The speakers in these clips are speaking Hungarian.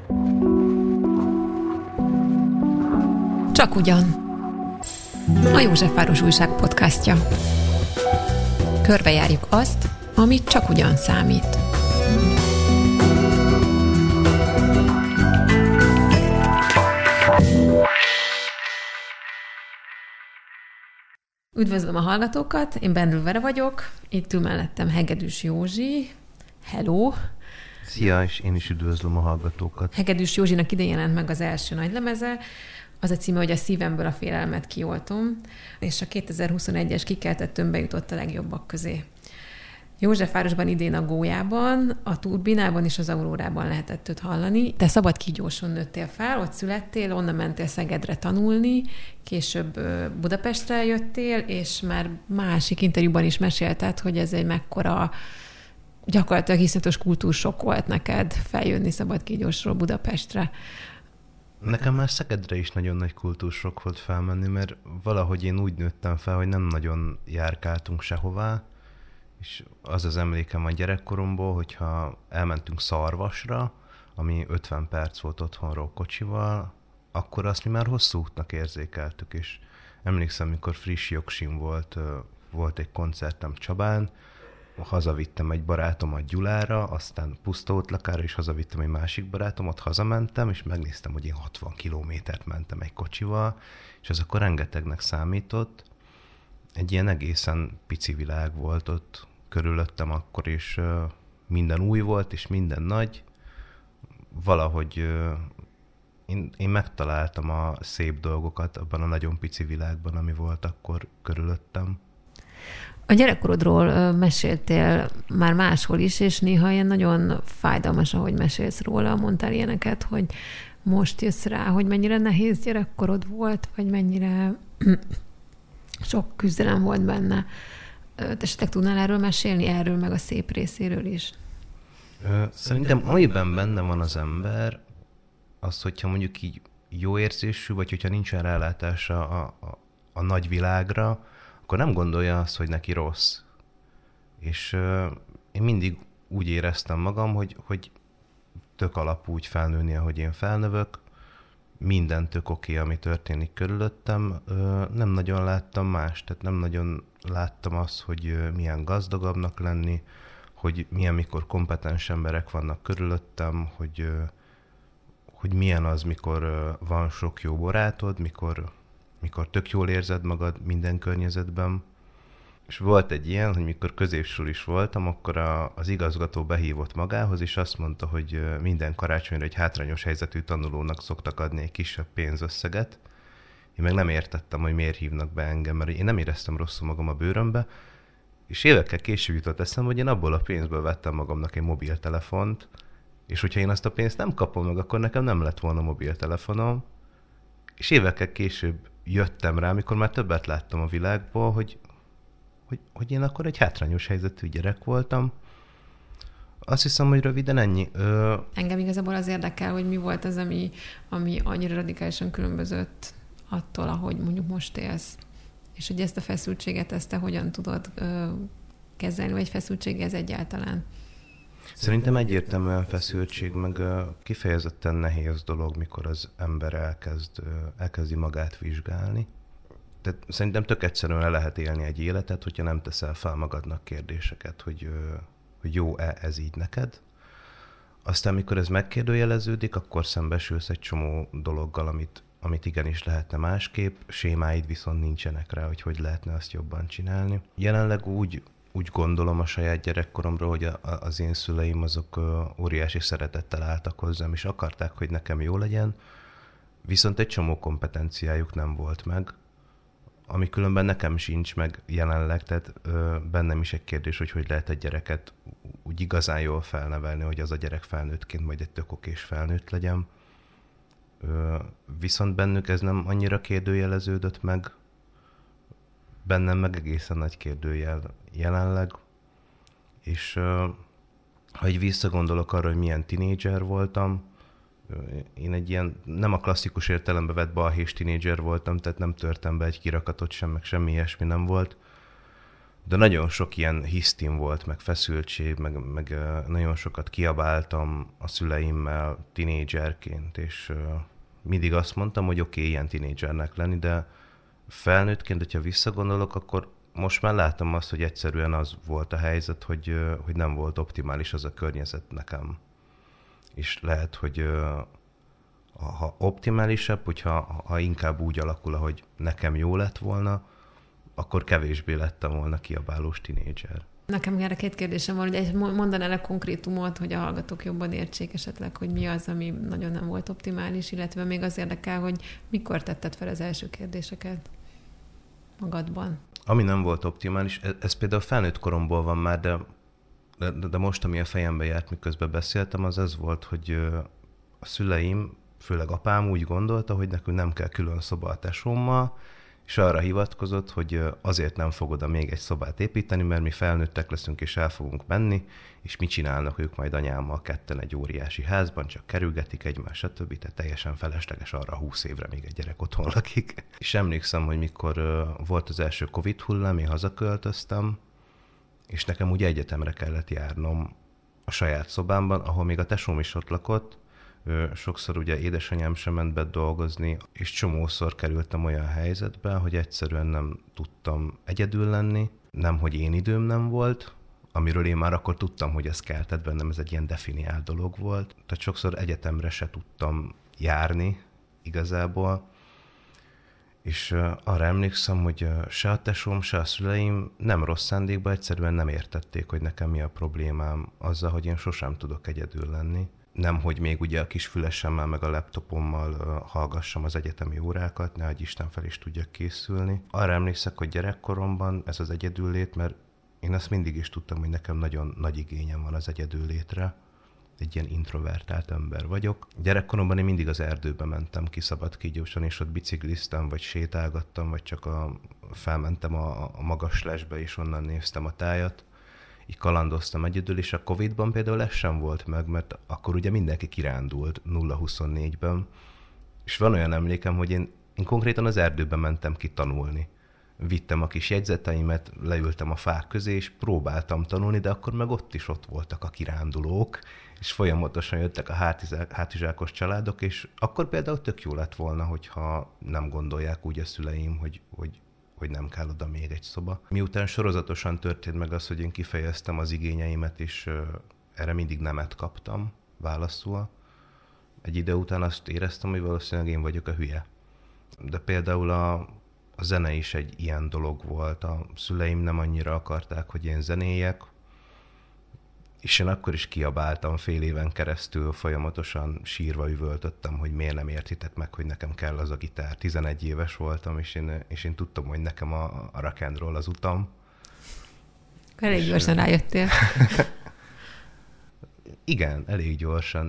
Csak ugyan. A Józsefváros Újság podcastja. Körbejárjuk azt, amit csak ugyan számít. Üdvözlöm a hallgatókat, én Bendl Vera vagyok, itt ül mellettem Hegedűs Józsi. Hello! Szia, és én is üdvözlöm a hallgatókat. Hegedűs Józsinak idén jelent meg az első nagylemeze, az a címe, hogy A szívemből a félelmet kioltom, és a 2021-es Kikeltettőn jutott a legjobbak közé. Józsefvárosban idén a Gólyában, a Turbinában és az Aurórában lehetett őt hallani. Te Szabadkígyóson nőttél fel, ott születtél, onnan mentél Szegedre tanulni, később Budapestre jöttél, és már másik interjúban is mesélted, hogy ez egy mekkora, gyakorlatilag iszonyatos kultúrsokk volt neked feljönni Szabadkígyósról Budapestre. Nekem már Szegedre is nagyon nagy kultúrsokk volt felmenni, mert valahogy én úgy nőttem fel, hogy nem nagyon járkáltunk sehová, és az emlékem a gyerekkoromból, hogyha elmentünk Szarvasra, ami 50 perc volt otthonról kocsival, akkor azt mi már hosszú útnak érzékeltük, és emlékszem, mikor friss jogsim volt egy koncertem Csabán, hazavittem egy barátomat Gyulára, aztán Pusztaótlakára is hazavittem egy másik barátomat, hazamentem, és megnéztem, hogy én 60 kilométert mentem egy kocsival, és ez akkor rengetegnek számított. Egy ilyen egészen pici világ volt ott körülöttem akkor, és minden új volt, és minden nagy. Valahogy én megtaláltam a szép dolgokat abban a nagyon pici világban, ami volt akkor körülöttem. A gyerekkorodról meséltél már máshol is, és néha ilyen nagyon fájdalmas, ahogy mesélsz róla. Mondtál ilyeneket, hogy most jössz rá, hogy mennyire nehéz gyerekkorod volt, vagy mennyire sok küzdelem volt benne. Te esetleg tudnál erről mesélni, erről meg a szép részéről is? Szerintem amiben benne van az ember, az, hogyha mondjuk így jó érzésű, vagy hogyha nincsen rálátása a nagy világra, akkor nem gondolja azt, hogy neki rossz. És én mindig úgy éreztem magam, hogy tök alap úgy felnőni, ahogy én felnövök, minden tök oké, ami történik körülöttem. Nem nagyon láttam más, tehát nem nagyon láttam azt, hogy milyen gazdagabbnak lenni, hogy milyen, mikor kompetens emberek vannak körülöttem, hogy milyen az, mikor van sok jó barátod, mikor tök jól érzed magad minden környezetben. És volt egy ilyen, hogy mikor középsulis voltam, akkor az igazgató behívott magához, és azt mondta, hogy minden karácsonyra egy hátrányos helyzetű tanulónak szoktak adni egy kisebb pénzösszeget. Én meg nem értettem, hogy miért hívnak be engem, mert én nem éreztem rosszul magam a bőrömbe, és évekkel később jutott eszembe, hogy én abból a pénzből vettem magamnak egy mobiltelefont, és hogyha én azt a pénzt nem kapom meg, akkor nekem nem lett volna mobiltelefonom. És évekkel később jöttem rá, amikor már többet láttam a világból, hogy én akkor egy hátrányos helyzetű gyerek voltam. Azt hiszem, hogy röviden ennyi. Engem igazából az érdekel, hogy mi volt az, ami annyira radikálisan különbözött attól, ahogy mondjuk most élsz. És hogy ezt a feszültséget, te hogyan tudod kezelni, vagy feszültség ez egyáltalán? Szerintem egyértelműen feszültség, meg kifejezetten nehéz dolog, mikor az ember elkezdi magát vizsgálni. Tehát szerintem tök egyszerűen le lehet élni egy életet, hogyha nem teszel fel magadnak kérdéseket, hogy jó-e ez így neked. Aztán, mikor ez megkérdőjeleződik, akkor szembesülsz egy csomó dologgal, amit igenis lehetne másképp, sémáid viszont nincsenek rá, hogy lehetne azt jobban csinálni. Jelenleg úgy gondolom a saját gyerekkoromról, hogy az én szüleim azok óriási szeretettel álltak hozzám, és akarták, hogy nekem jó legyen, viszont egy csomó kompetenciájuk nem volt meg, ami különben nekem sincs meg jelenleg, tehát bennem is egy kérdés, hogy lehet egy gyereket úgy igazán jól felnevelni, hogy az a gyerek felnőttként majd egy tök okés felnőtt legyen. Viszont bennük ez nem annyira kérdőjeleződött meg, bennem meg egészen nagy kérdőjel jelenleg, és ha így visszagondolok arra, hogy milyen tinédzser voltam, én egy ilyen, nem a klasszikus értelembe vett balhés tinédzser voltam, tehát nem törtem be egy kirakatot sem, meg semmi ilyesmi nem volt. De nagyon sok ilyen hisztim volt, meg feszültség, meg nagyon sokat kiabáltam a szüleimmel tinédzserként, és mindig azt mondtam, hogy oké, ilyen tinédzsernek lenni, de felnőttként, hogyha visszagondolok, akkor most már látom azt, hogy egyszerűen az volt a helyzet, hogy nem volt optimális az a környezet nekem. És lehet, hogy ha optimálisabb, ha inkább úgy alakul, ahogy nekem jó lett volna, akkor kevésbé lettem volna kiabálós tinédzser. Nekem erre 2 kérdésem van, hogy mondanál el konkrétumot, hogy a hallgatók jobban értsék esetleg, hogy mi az, ami nagyon nem volt optimális, illetve még az érdekel, hogy mikor tetted fel az első kérdéseket magadban. Ami nem volt optimális, ez például felnőtt koromból van már, de most, ami a fejembe járt, miközben beszéltem, az ez volt, hogy a szüleim, főleg apám úgy gondolta, hogy nekünk nem kell külön szoba a tesómmal, és arra hivatkozott, hogy azért nem fog oda még egy szobát építeni, mert mi felnőttek leszünk, és el fogunk menni, és mit csinálnak ők majd anyámmal ketten egy óriási házban, csak kerülgetik egymást, stb. Tehát teljesen felesleges arra 20 évre még egy gyerek otthon lakik. És emlékszem, hogy mikor volt az első Covid hullám, én hazaköltöztem, és nekem ugye egyetemre kellett járnom a saját szobámban, ahol még a tesóm is ott lakott. Sokszor ugye édesanyám sem ment be dolgozni, és csomószor kerültem olyan helyzetbe, hogy egyszerűen nem tudtam egyedül lenni, nem, hogy én időm nem volt, amiről én már akkor tudtam, hogy ez keltett bennem, ez egy ilyen definiált dolog volt. Tehát sokszor egyetemre se tudtam járni igazából, és arra emlékszem, hogy se a tesóm, se a szüleim nem rossz szándékban egyszerűen nem értették, hogy nekem mi a problémám azzal, hogy én sosem tudok egyedül lenni. Nem, hogy még ugye a kis fülesemmel meg a laptopommal hallgassam az egyetemi órákat, nehogy Isten fel is tudjak készülni. Arra emlékszek, hogy gyerekkoromban ez az egyedüllét, mert én azt mindig is tudtam, hogy nekem nagyon nagy igényem van az egyedüllétre. Egy ilyen introvertált ember vagyok. Gyerekkoromban én mindig az erdőbe mentem ki szabadkígyósan, és ott bicikliztem, vagy sétálgattam, vagy csak felmentem a magas lesbe, és onnan néztem a tájat. Így kalandoztam egyedül, és a Covid-ban például ez sem volt meg, mert akkor ugye mindenki kirándult 0-24-ben, és van olyan emlékem, hogy én konkrétan az erdőbe mentem ki tanulni. Vittem a kis jegyzeteimet, leültem a fák közé, és próbáltam tanulni, de akkor meg ott voltak a kirándulók, és folyamatosan jöttek a hátizsákos családok, és akkor például tök jó lett volna, hogyha nem gondolják úgy a szüleim, hogy nem kell oda még egy szoba. Miután sorozatosan történt meg az, hogy én kifejeztem az igényeimet, és erre mindig nemet kaptam válaszul, egy idő után azt éreztem, hogy valószínűleg én vagyok a hülye. De például a zene is egy ilyen dolog volt. A szüleim nem annyira akarták, hogy én zenéjek, és én akkor is kiabáltam fél éven keresztül, folyamatosan sírva üvöltöttem, hogy miért nem értitek meg, hogy nekem kell az a gitár. 11 éves voltam, és én tudtam, hogy nekem a rock and roll az utam. Elég gyorsan rájöttél. Igen, elég gyorsan.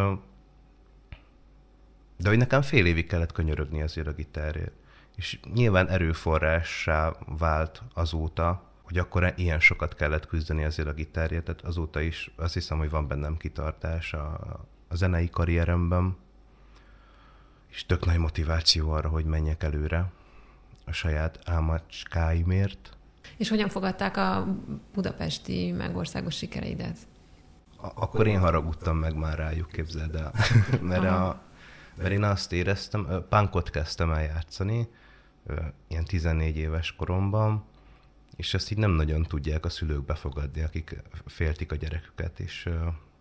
De hogy nekem fél évig kellett könyörögni azért a gitárért. És nyilván erőforrássá vált azóta, hogy akkor ilyen sokat kellett küzdeni azért a gitárért, tehát azóta is azt hiszem, hogy van bennem kitartás a zenei karrieremben, és tök nagy motiváció arra, hogy menjek előre a saját álmacskáimért. És hogyan fogadták a budapesti meg országos sikereidet? Akkor én haragudtam meg már rájuk, képzeld el. Mert én azt éreztem, punkot kezdtem el játszani, ilyen 14 éves koromban, és ezt így nem nagyon tudják a szülők befogadni, akik féltik a gyereküket, és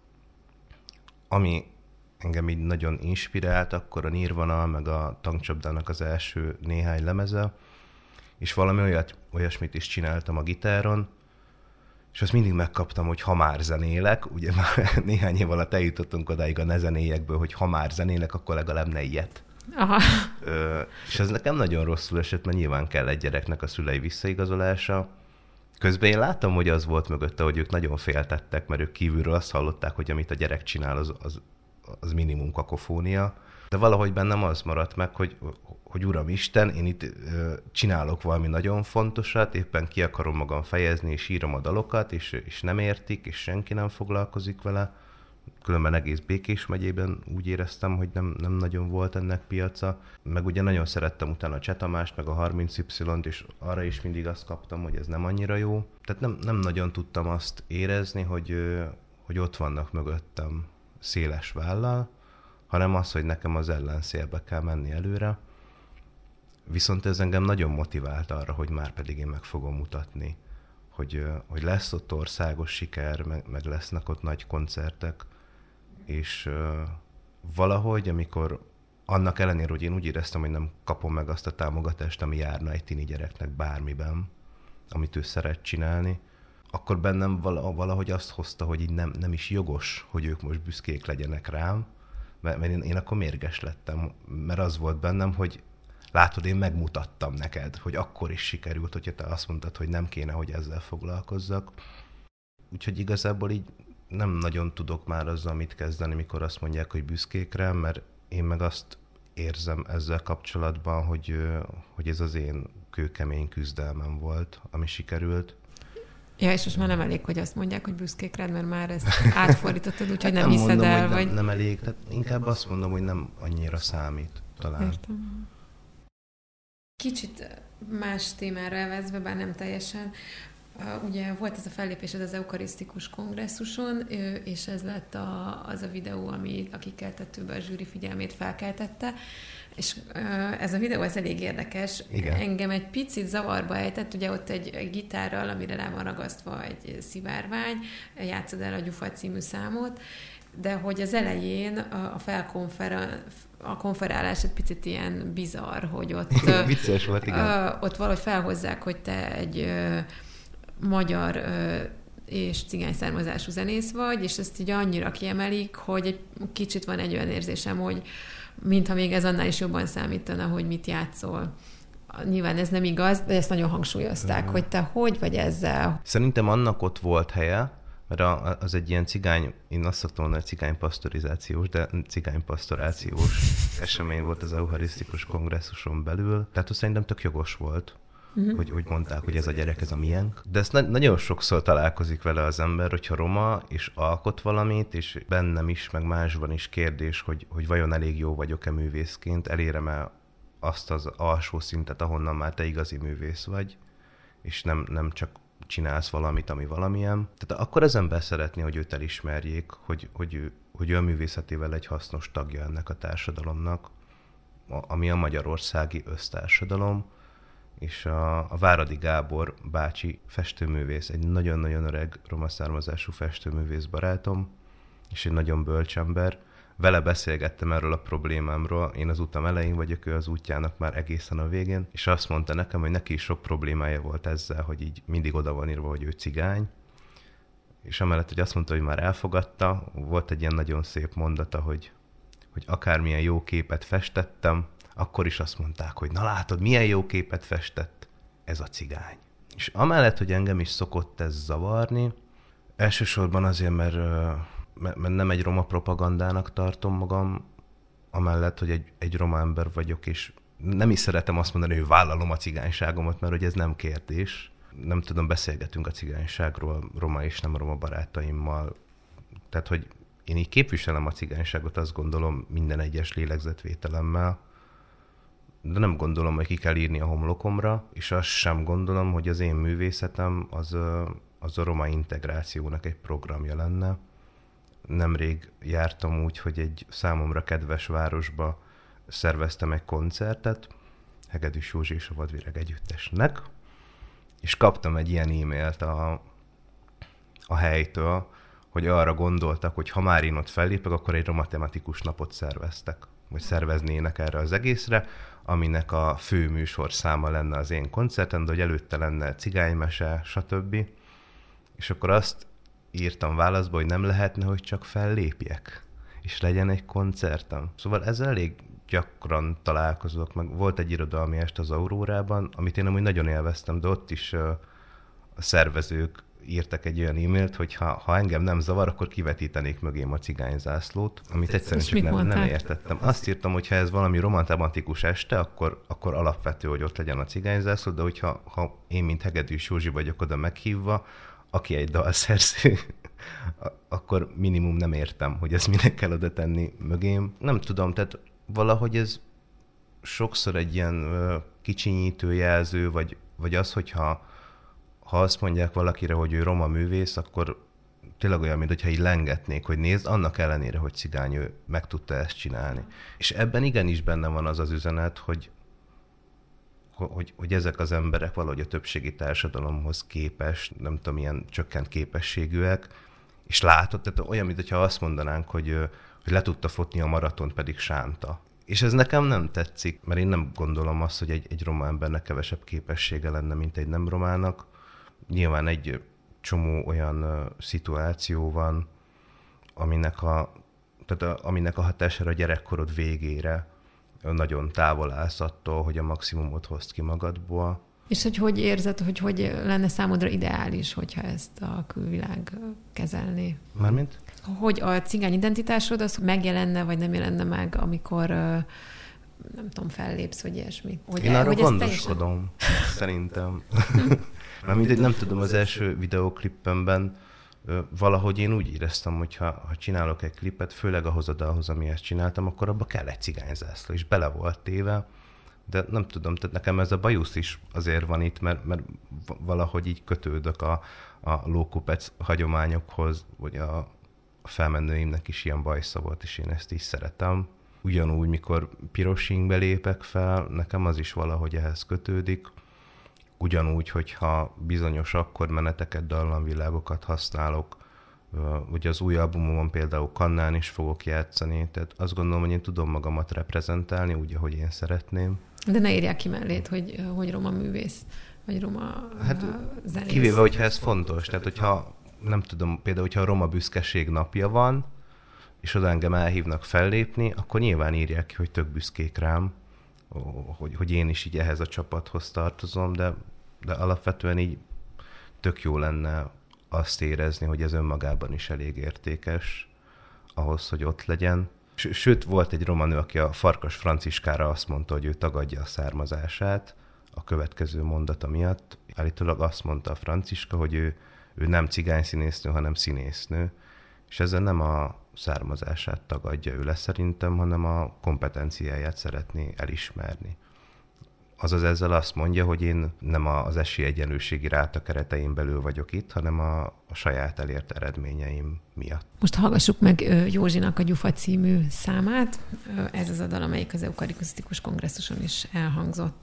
ami engem így nagyon inspirált, akkor a Nirvana, meg a Tankcsapdának az első néhány lemeze, és valami olyasmit is csináltam a gitáron, és azt mindig megkaptam, hogy ha már zenélek, ugye már néhány év alatt eljutottunk odáig a ne zenéjekből, hogy ha már zenélek, akkor legalább ne ilyet. Aha. És ez nekem nagyon rosszul esett, mert nyilván kell egy gyereknek a szülei visszaigazolása. Közben én láttam, hogy az volt mögötte, hogy ők nagyon féltettek, mert ők kívülről azt hallották, hogy amit a gyerek csinál, az minimum kakofónia. De valahogy bennem az maradt meg, hogy Uramisten, én itt csinálok valami nagyon fontosat, éppen ki akarom magam fejezni, és írom a dalokat, és nem értik, és senki nem foglalkozik vele. Különben egész Békés megyében úgy éreztem, hogy nem nagyon volt ennek piaca. Meg ugye nagyon szerettem utána a Cseh Tamást, meg a 30Y-t, és arra is mindig azt kaptam, hogy ez nem annyira jó. Tehát nem nagyon tudtam azt érezni, hogy ott vannak mögöttem széles vállal, hanem az, hogy nekem az ellenszélbe kell menni előre. Viszont ez engem nagyon motivált arra, hogy már pedig én meg fogom mutatni, hogy lesz ott országos siker, meg lesznek ott nagy koncertek, és valahogy, amikor annak ellenére, hogy én úgy éreztem, hogy nem kapom meg azt a támogatást, ami járna egy tini gyereknek bármiben, amit ő szeret csinálni, akkor bennem valahogy azt hozta, hogy így nem is jogos, hogy ők most büszkék legyenek rám, mert én akkor mérges lettem, mert az volt bennem, hogy látod, én megmutattam neked, hogy akkor is sikerült, hogyha te azt mondtad, hogy nem kéne, hogy ezzel foglalkozzak. Úgyhogy igazából így nem nagyon tudok már azzal mit kezdeni, mikor azt mondják, hogy büszkék rám, mert én meg azt érzem ezzel kapcsolatban, hogy ez az én kőkemény küzdelmem volt, ami sikerült. Ja, és most már nem elég, hogy azt mondják, hogy büszkék rád, mert már ezt átfordítottad, úgyhogy nem hiszed mondom, el, hogy vagy... nem elég, tehát inkább azt mondom, hogy nem annyira számít talán. Értem. Kicsit más témára elvezve, bár nem teljesen. Ugye volt ez a fellépésed az eukarisztikus kongresszuson, és ez lett az a videó, ami a kikeltetőbe a zsűri figyelmét felkeltette, és ez a videó ez elég érdekes. Igen. Engem egy picit zavarba ejtett, ugye ott egy gitárral, amire rá van ragasztva egy szivárvány, játszod el a Gyufa című számot, de hogy az elején a konferálás egy picit ilyen bizarr, hogy ott... Vicces volt, igen. Ott valahogy felhozzák, hogy te egy magyar és cigány származású zenész vagy, és ezt így annyira kiemelik, hogy egy kicsit van egy olyan érzésem, hogy mintha még ez annál is jobban számítana, hogy mit játszol. Nyilván ez nem igaz, de ezt nagyon hangsúlyozták, hogy te hogy vagy ezzel. Szerintem annak ott volt helye, mert az egy ilyen cigány, én azt szoktam mondani, hogy cigánypasztorizációs, de cigánypastorációs esemény volt az eucharisztikus kongresszuson belül. Tehát szerintem tök jogos volt, hogy mondták, hogy ez a gyerek, ez a miénk. De ezt nagyon sokszor találkozik vele az ember, hogyha roma, és alkot valamit, és bennem is, meg másban is kérdés, hogy vajon elég jó vagyok-e művészként, elérem-e azt az alsó szintet, ahonnan már te igazi művész vagy, és nem csak csinálsz valamit, ami valamilyen. Tehát akkor az ember szeretné, hogy őt elismerjék, hogy ő a művészetével egy hasznos tagja ennek a társadalomnak, ami a magyarországi össztársadalom, és a Váradi Gábor bácsi festőművész, egy nagyon-nagyon öreg roma származású festőművész barátom, és egy nagyon bölcs ember. Vele beszélgettem erről a problémámról, én az utam elején vagyok, ő az útjának már egészen a végén, és azt mondta nekem, hogy neki is sok problémája volt ezzel, hogy így mindig oda van írva, hogy ő cigány, és amellett, hogy azt mondta, hogy már elfogadta, volt egy ilyen nagyon szép mondata, hogy akármilyen jó képet festettem, akkor is azt mondták, hogy na látod, milyen jó képet festett, ez a cigány. És amellett, hogy engem is szokott ez zavarni, elsősorban azért, mert nem egy roma propagandának tartom magam, amellett, hogy egy roma ember vagyok, és nem is szeretem azt mondani, hogy vállalom a cigányságomat, mert hogy ez nem kérdés. Nem tudom, beszélgetünk a cigányságról roma és nem roma barátaimmal. Tehát, hogy én így képviselem a cigányságot, azt gondolom minden egyes lélegzetvételemmel, de nem gondolom, hogy ki kell írni a homlokomra, és azt sem gondolom, hogy az én művészetem az a roma integrációnak egy programja lenne. Nemrég jártam úgy, hogy egy számomra kedves városba szerveztem egy koncertet, Hegedűs Józsi és a Vadvireg Együttesnek, és kaptam egy ilyen e-mailt a helytől, hogy arra gondoltak, hogy ha már én ott fellépek, akkor egy roma tematikus napot szerveztek, vagy szerveznének erre az egészre, aminek a fő műsorszáma lenne az én koncerten, de hogy előtte lenne cigánymese, stb. És akkor azt írtam válaszba, hogy nem lehetne, hogy csak fellépjek, és legyen egy koncertem. Szóval ezzel elég gyakran találkozok, meg volt egy irodalmi est az Aurórában, amit én amúgy nagyon élveztem, de ott is a szervezők írtak egy olyan e-mailt, hogy ha engem nem zavar, akkor kivetítenék mögém a cigányzászlót, amit egyszerűen csak nem értettem. Azt írtam, hogy ha ez valami romantematikus este, akkor alapvető, hogy ott legyen a cigányzászló, de hogyha én, mint Hegedűs Józsi vagyok oda meghívva, aki egy dalszerző, akkor minimum nem értem, hogy ezt minek kell oda tenni mögém. Nem tudom, tehát valahogy ez sokszor egy ilyen kicsinyítő jelző, vagy az, hogyha azt mondják valakire, hogy ő roma művész, akkor tényleg olyan, mintha így lengetnék, hogy nézd, annak ellenére, hogy cigány, ő meg tudta ezt csinálni. És ebben igenis benne van az üzenet, hogy ezek az emberek valahogy a többségi társadalomhoz képest, nem tudom, ilyen csökkent képességűek, és látod, tehát olyan, mintha azt mondanánk, hogy le tudta futni a maratont, pedig sánta. És ez nekem nem tetszik, mert én nem gondolom azt, hogy egy roma embernek kevesebb képessége lenne, mint egy nem romának. Nyilván egy csomó olyan szituáció van, aminek a hatására a gyerekkorod végére nagyon távol állsz attól, hogy a maximumot hozd ki magadból. És hogy érzed, hogy lenne számodra ideális, hogyha ezt a külvilág kezelné? Mármint? Hogy a cigány identitásod az megjelenne, vagy nem jelenne meg, amikor nem tudom, fellépsz, vagy ilyesmi. Én arról gondoskodom, szerintem. Mármint, nem tudom, az első videóklipemben valahogy én úgy éreztem, hogy ha csinálok egy klipet, főleg ahhoz a dalhoz, amihez csináltam, akkor abba kell egy cigányzászló, és bele volt téve. De nem tudom, tehát nekem ez a bajusz is azért van itt, mert valahogy így kötődök a lókupec hagyományokhoz, vagy a felmenőimnek is ilyen bajsza volt, és én ezt is szeretem. Ugyanúgy, mikor piros ingbe lépek fel, nekem az is valahogy ehhez kötődik. Ugyanúgy, hogyha bizonyos akkordmeneteket, dallamvilágokat használok, vagy az új albumomon például kannán is fogok játszani, tehát azt gondolom, hogy én tudom magamat reprezentálni úgy, ahogy én szeretném. De ne írják ki mellét, hogy roma művész, vagy roma zenész. Kivéve, hogyha ez fontos, tehát hogyha nem tudom, például, hogyha a roma büszkeség napja van, és oda engem elhívnak fellépni, akkor nyilván írják ki, hogy tök büszkék rám, hogy én is így ehhez a csapathoz tartozom, de alapvetően így tök jó lenne azt érezni, hogy ez önmagában is elég értékes ahhoz, hogy ott legyen. Sőt, volt egy roma nő, aki a Farkas Franciskára azt mondta, hogy ő tagadja a származását a következő mondata miatt. Állítólag azt mondta a Franciska, hogy ő nem cigány színésznő, hanem színésznő, és ezzel nem a származását tagadja ő le szerintem, hanem a kompetenciáját szeretné elismerni. Azaz ezzel azt mondja, hogy én nem az esélyegyenlőségi ráta keretein belül vagyok itt, hanem a saját elért eredményeim miatt. Most hallgassuk meg Józsinak a Gyufa című számát. Ez az a dal, amelyik az Eukarisztikus kongresszuson is elhangzott.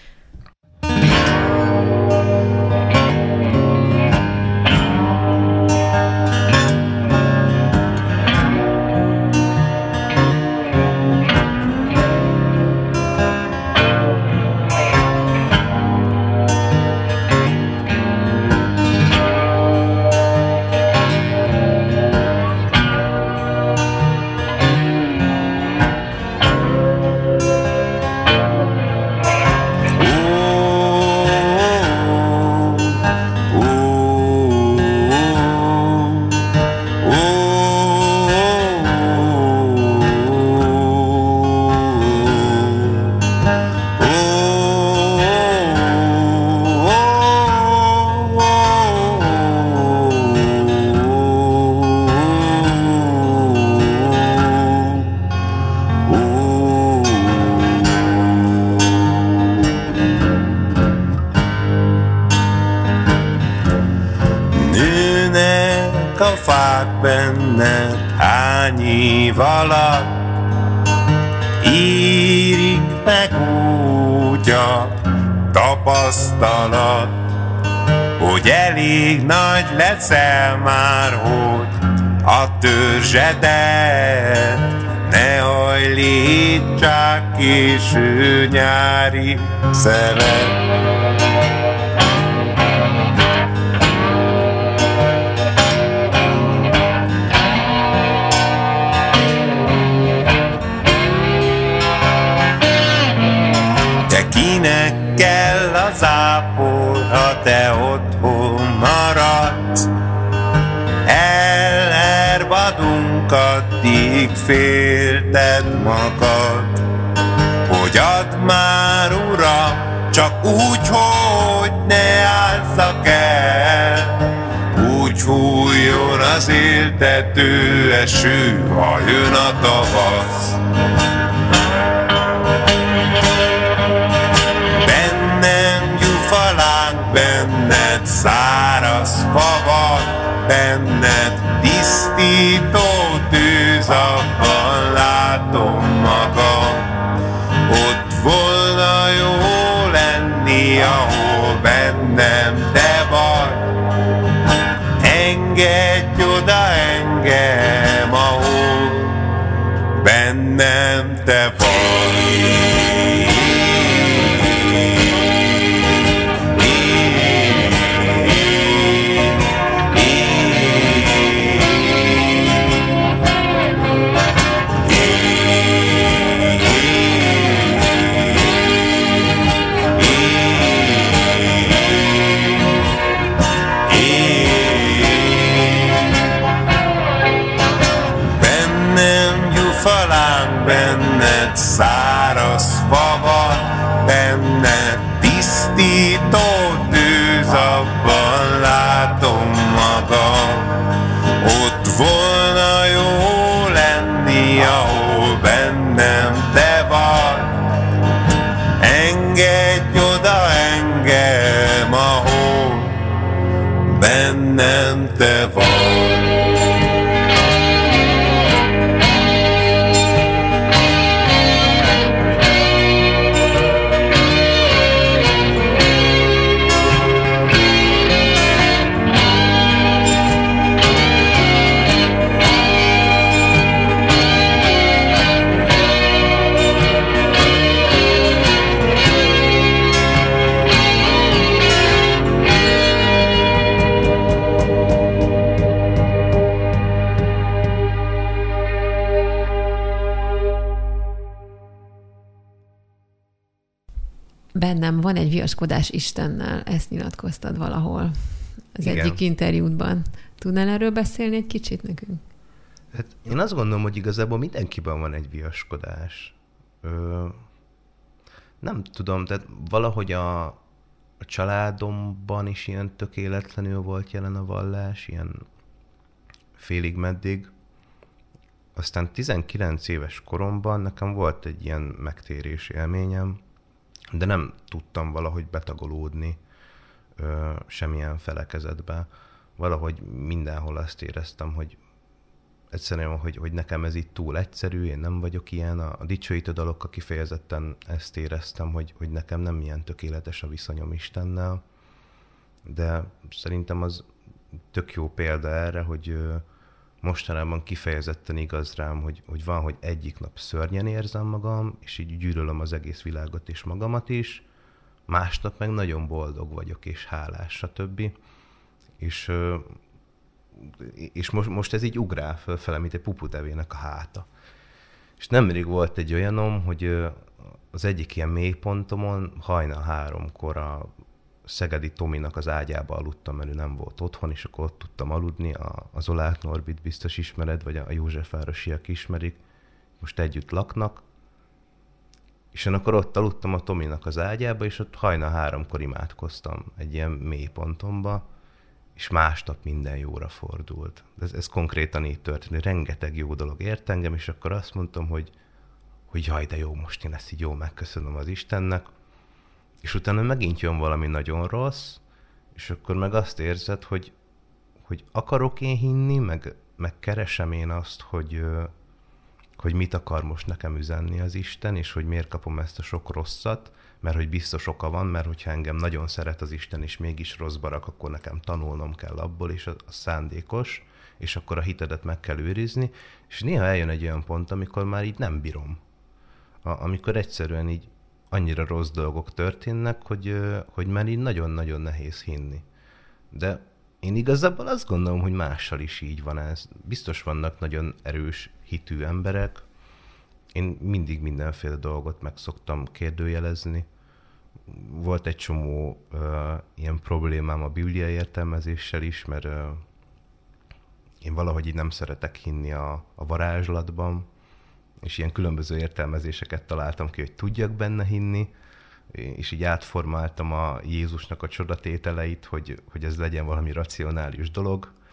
Benned hány év alatt írik meg úgy a tapasztalat, hogy elég nagy leszel már, hogy a törzsedet ne hajlítsák késő nyári szelet. Kinek kell az ápol, ha te otthon maradsz? Elervadunk, addig félted magad, hogy add már, Uram, csak úgy, hogy ne álljak el. fújjon az éltető eső, ha jön a tavasz. Bennem gyufalánk, benned száraz favat, benned tisztító tűz, abban látom magam. Ott volna jó lenni, ahol bennem te vagy. Engedj oda engem, ahol bennem te vagy. Benned száraz favat, benned tisztító tűz, abban látom magam. Ott volna jó lenni, ahol bennem te vagy. Engedj oda engem, ahol bennem te vagy. Bennem van egy viaskodás Istennel, ezt nyilatkoztad valahol az Igen. egyik interjútban. Tudnál erről beszélni egy kicsit nekünk? Hát én azt gondolom, hogy igazából mindenkiben van egy viaskodás. Nem tudom, tehát valahogy a családomban is ilyen tökéletlenül volt jelen a vallás, ilyen félig meddig. Aztán 19 éves koromban nekem volt egy ilyen megtérés élményem, de nem tudtam valahogy betagolódni semmilyen felekezetbe. Valahogy mindenhol azt éreztem, hogy egyszerűen, hogy nekem ez itt túl egyszerű, én nem vagyok ilyen. A dicsőítő dalokkal kifejezetten ezt éreztem, hogy nekem nem ilyen tökéletes a viszonyom Istennel. De szerintem az tök jó példa erre, hogy mostanában kifejezetten igaz rám, hogy van, hogy egyik nap szörnyen érzem magam, és így gyűlölöm az egész világot és magamat is, másnap meg nagyon boldog vagyok, és hálás, stb. És most ez így ugrál fölfele, mint egy puputevének a háta. És nemrég volt egy olyanom, hogy az egyik ilyen mélypontomon hajnal 3-kor a szegedi Tominak az ágyába aludtam, mert ő nem volt otthon, és akkor ott tudtam aludni. A Zolát Norbit biztos ismered, vagy a Józsefvárosiak ismerik. Most együtt laknak. És én akkor ott aludtam a Tominak az ágyába, és ott hajnal 3-kor imádkoztam egy ilyen mélypontomba, és másnap minden jóra fordult. Ez konkrétan így történt, rengeteg jó dolog ért engem, és akkor azt mondtam, hogy jaj, de jó, most én ezt így jól megköszönöm az Istennek, és utána megint jön valami nagyon rossz, és akkor meg azt érzed, hogy akarok én hinni, meg keresem én azt, hogy mit akar most nekem üzenni az Isten, és hogy miért kapom ezt a sok rosszat, mert hogy biztos oka van, mert hogyha engem nagyon szeret az Isten, és mégis rosszba rak, akkor nekem tanulnom kell abból, és az szándékos, és akkor a hitedet meg kell őrizni, és néha eljön egy olyan pont, amikor már így nem bírom. Amikor egyszerűen így annyira rossz dolgok történnek, hogy már így nagyon-nagyon nehéz hinni. De én igazából azt gondolom, hogy mással is így van ez. Biztos vannak nagyon erős hitű emberek. Én mindig mindenféle dolgot meg szoktam kérdőjelezni. Volt egy csomó ilyen problémám a Biblia értelmezéssel is, mert én valahogy így nem szeretek hinni a varázslatban, és ilyen különböző értelmezéseket találtam ki, hogy tudjak benne hinni, és így átformáltam a Jézusnak a csodatételeit, hogy ez legyen valami racionális dolog,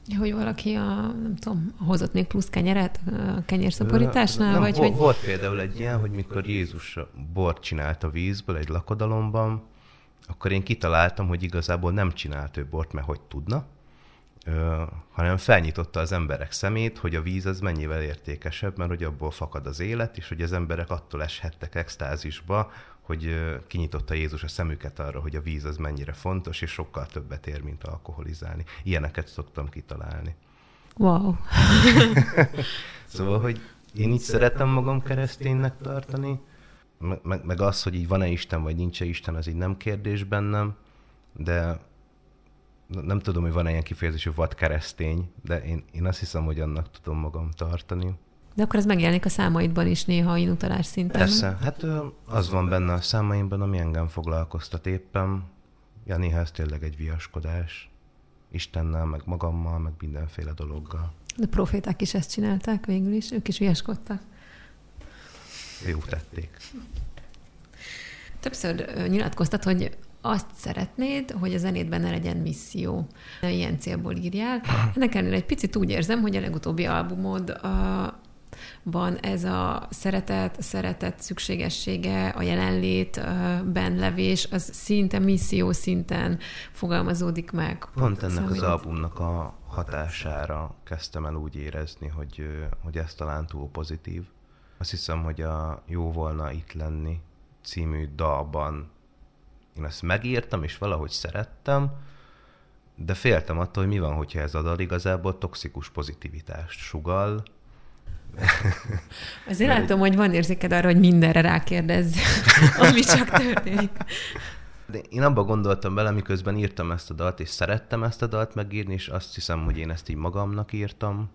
Hogy valaki nem tudom, hozott még plusz kenyeret a kenyérszaporításnál? Vagy hogy... Volt például egy ilyen, hogy mikor Jézus bort csinált a vízből egy lakodalomban, akkor én kitaláltam, hogy igazából nem csinált ő bort, mert hogy tudna, hanem felnyitotta az emberek szemét, hogy a víz az mennyivel értékesebb, mert hogy abból fakad az élet, és hogy az emberek attól eshettek extázisba, hogy kinyitotta Jézus a szemüket arra, hogy a víz az mennyire fontos, és sokkal többet ér, mint alkoholizálni. Ilyeneket szoktam kitalálni. Wow! Szóval, hogy én így szeretem magam kereszténynek tartani, meg az, hogy így van-e Isten, vagy nincs-e Isten, az így nem kérdés bennem, de nem tudom, hogy van-e ilyen kifejezés, hogy vad keresztény, de én azt hiszem, hogy annak tudom magam tartani. De akkor ez megjelenik a számaidban is néha inutalás szinten. Persze, hát az van benne a számaimban, ami engem foglalkoztat éppen. Ja, néha ez tényleg egy viaskodás. Istennel, meg magammal, meg mindenféle dologgal. De proféták is ezt csinálták végül is, ők is viaskodtak. Jó tették. Többször nyilatkoztat, hogy azt szeretnéd, hogy a zenédben ne legyen misszió. Ilyen célból írjál. Ennek ellenére egy picit úgy érzem, hogy a legutóbbi albumodban ez a szeretet szükségessége, a jelenlétben levés, az szinte misszió szinten fogalmazódik meg. Pont ennek az albumnak a hatására kezdtem el úgy érezni, hogy ez talán túl pozitív. Azt hiszem, hogy a Jó volna itt lenni című dalban én ezt megírtam, és valahogy szerettem, de féltem attól, hogy mi van, hogyha ez a dal igazából toxikus pozitivitást sugall. Azért látom, hogy van érzéked arra, hogy mindenre rákérdezz, ami csak történik. De én abba gondoltam bele, miközben írtam ezt a dalt, és szerettem ezt a dalt megírni, és azt hiszem, hogy én ezt így magamnak írtam,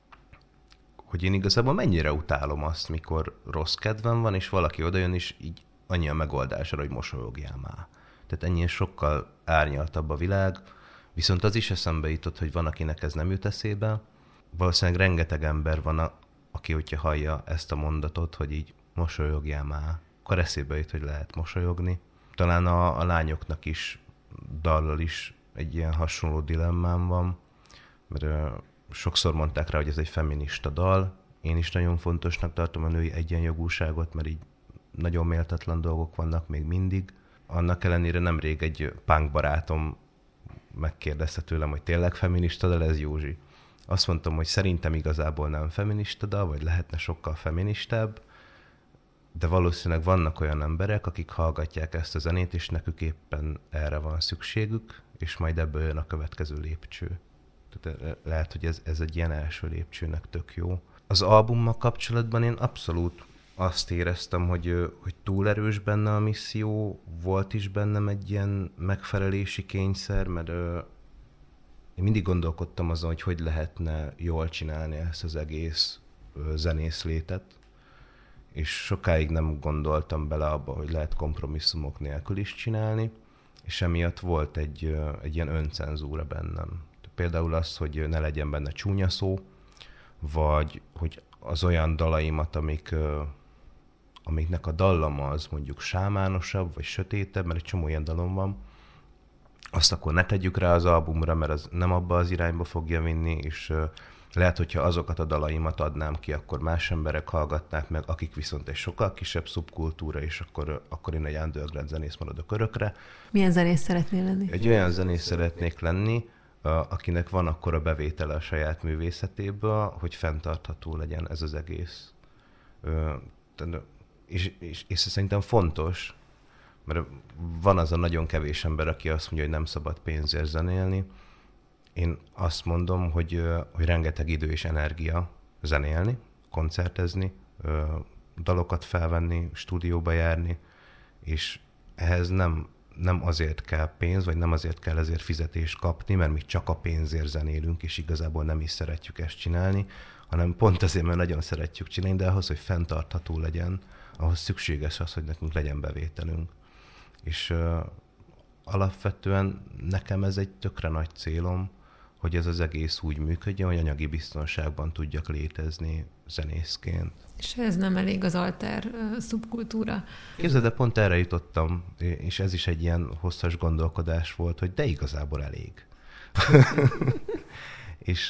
hogy én igazából mennyire utálom azt, mikor rossz kedvem van, és valaki odajön, és így annyi a megoldásra, hogy mosolyogjál már. Tehát ennyi sokkal árnyaltabb a világ, viszont az is eszembe jutott, hogy van, akinek ez nem jut eszébe. Valószínűleg rengeteg ember van, aki, hogyha hallja ezt a mondatot, hogy így mosolyogjál már, akkor eszébe jut, hogy lehet mosolyogni. Talán a lányoknak is, dallal is egy ilyen hasonló dilemmám van, mert sokszor mondták rá, hogy ez egy feminista dal. Én is nagyon fontosnak tartom a női egyenjogúságot, mert így nagyon méltatlan dolgok vannak még mindig. Annak ellenére nemrég egy punk barátom megkérdezte tőlem, hogy tényleg feminista dal ez, Józsi? Azt mondtam, hogy szerintem igazából nem feminista dal, vagy lehetne sokkal feministább, de valószínűleg vannak olyan emberek, akik hallgatják ezt a zenét, és nekük éppen erre van szükségük, és majd ebből jön a következő lépcső. Tehát lehet, hogy ez egy ilyen első lépcsőnek tök jó. Az albummal kapcsolatban én abszolút azt éreztem, hogy túl erős benne a misszió, volt is bennem egy ilyen megfelelési kényszer, mert én mindig gondolkodtam azon, hogy lehetne jól csinálni ezt az egész zenészlétet, és sokáig nem gondoltam bele abba, hogy lehet kompromisszumok nélkül is csinálni, és emiatt volt egy ilyen öncenzúra bennem. Például az, hogy ne legyen benne csúnya szó, vagy hogy az olyan dalaimat, amiknek a dallama az mondjuk sámánosabb, vagy sötétebb, mert egy csomó ilyen dalom van, azt akkor ne tegyük rá az albumra, mert az nem abba az irányba fogja vinni, és lehet, hogyha azokat a dalaimat adnám ki, akkor más emberek hallgatnák meg, akik viszont egy sokkal kisebb szubkultúra, és akkor én egy underground zenész maradok örökre. Milyen zenész szeretnél lenni? Egy olyan zenész szeretnék lenni, akinek van akkora bevétele a saját művészetéből, hogy fenntartható legyen ez az egész. És szerintem fontos, mert van az a nagyon kevés ember, aki azt mondja, hogy nem szabad pénzért zenélni. Én azt mondom, hogy rengeteg idő és energia zenélni, koncertezni, dalokat felvenni, stúdióba járni, és ehhez nem azért kell pénz, vagy nem azért kell ezért fizetést kapni, mert mi csak a pénzért zenélünk, és igazából nem is szeretjük ezt csinálni, hanem pont azért, mert nagyon szeretjük csinálni, de ahhoz, hogy fenntartható legyen, ahhoz szükséges az, hogy nekünk legyen bevételünk. És alapvetően nekem ez egy tökre nagy célom, hogy ez az egész úgy működjön, hogy anyagi biztonságban tudjak létezni zenészként. És ez nem elég az alter szubkultúra? Képzeld, de pont erre jutottam, és ez is egy ilyen hosszas gondolkodás volt, hogy de igazából elég. És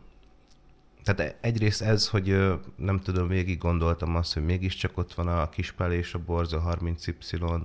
tehát egyrészt ez, hogy nem tudom, végig gondoltam azt, hogy mégiscsak ott van a Kispál és a Borza 30Y,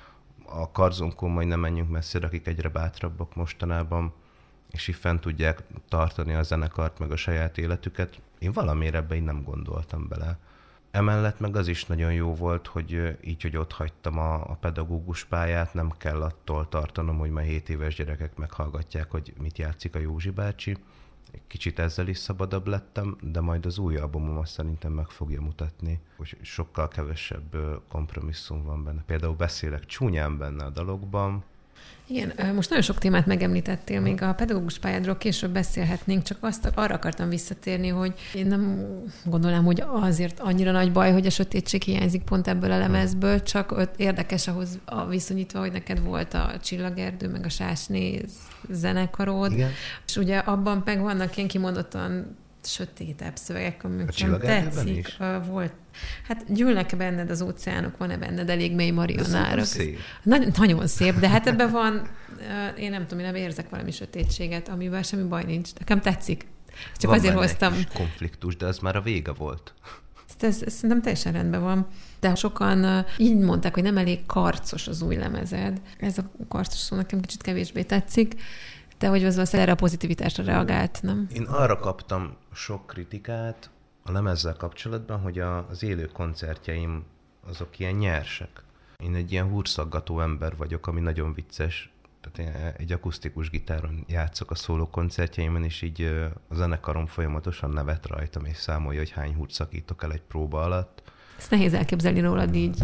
a Karzonkon majd nem menjünk messzire, akik egyre bátrabbak mostanában, és így fent tudják tartani a zenekart, meg a saját életüket. Én valamiért ebbe így nem gondoltam bele. Emellett meg az is nagyon jó volt, hogy így, hogy ott hagytam a pedagógus pályát, nem kell attól tartanom, hogy már 7 éves gyerekek meghallgatják, hogy mit játszik a Józsi bácsi. Kicsit ezzel is szabadabb lettem, de majd az új albumom azt szerintem meg fogja mutatni, hogy sokkal kevesebb kompromisszum van benne. Például beszélek csúnyán benne a dalokban. Igen, most nagyon sok témát megemlítettél, még a pedagógus pályádról később beszélhetnénk, csak arra akartam visszatérni, hogy én nem gondolom, hogy azért annyira nagy baj, hogy a sötétség hiányzik pont ebből a lemezből, csak érdekes ahhoz viszonyítva, hogy neked volt a Csillagerdő, meg a Sásné zenekarod, igen. És ugye abban meg vannak ilyen kimondottan sötétebb szövegek, amik nem tetszik. Volt. Hát gyűlnek-e benned az óceánok, van-e benned elég mély marionárok? Szép. Nagyon szép, de hát ebben van, én nem tudom, én nem érzek valami sötétséget, amiben semmi baj nincs. Nekem tetszik. Csak van azért hoztam. Van konfliktus, de ez már a vége volt. Ez szerintem teljesen rendben van. De sokan így mondták, hogy nem elég karcos az új lemezed. Ez a karcos szó nekem kicsit kevésbé tetszik. De hogy az valószínűleg erre a pozitivitásra reagált, nem? Én arra kaptam sok kritikát a lemezzel kapcsolatban, hogy az élő koncertjeim azok ilyen nyersek. Én egy ilyen húrszaggató ember vagyok, ami nagyon vicces. Tehát én egy akusztikus gitáron játszok a szóló koncertjeimen, és így a zenekarom folyamatosan nevet rajtam, és számolja, hogy hány húrt szakítok el egy próba alatt. Ezt nehéz elképzelni rólad így,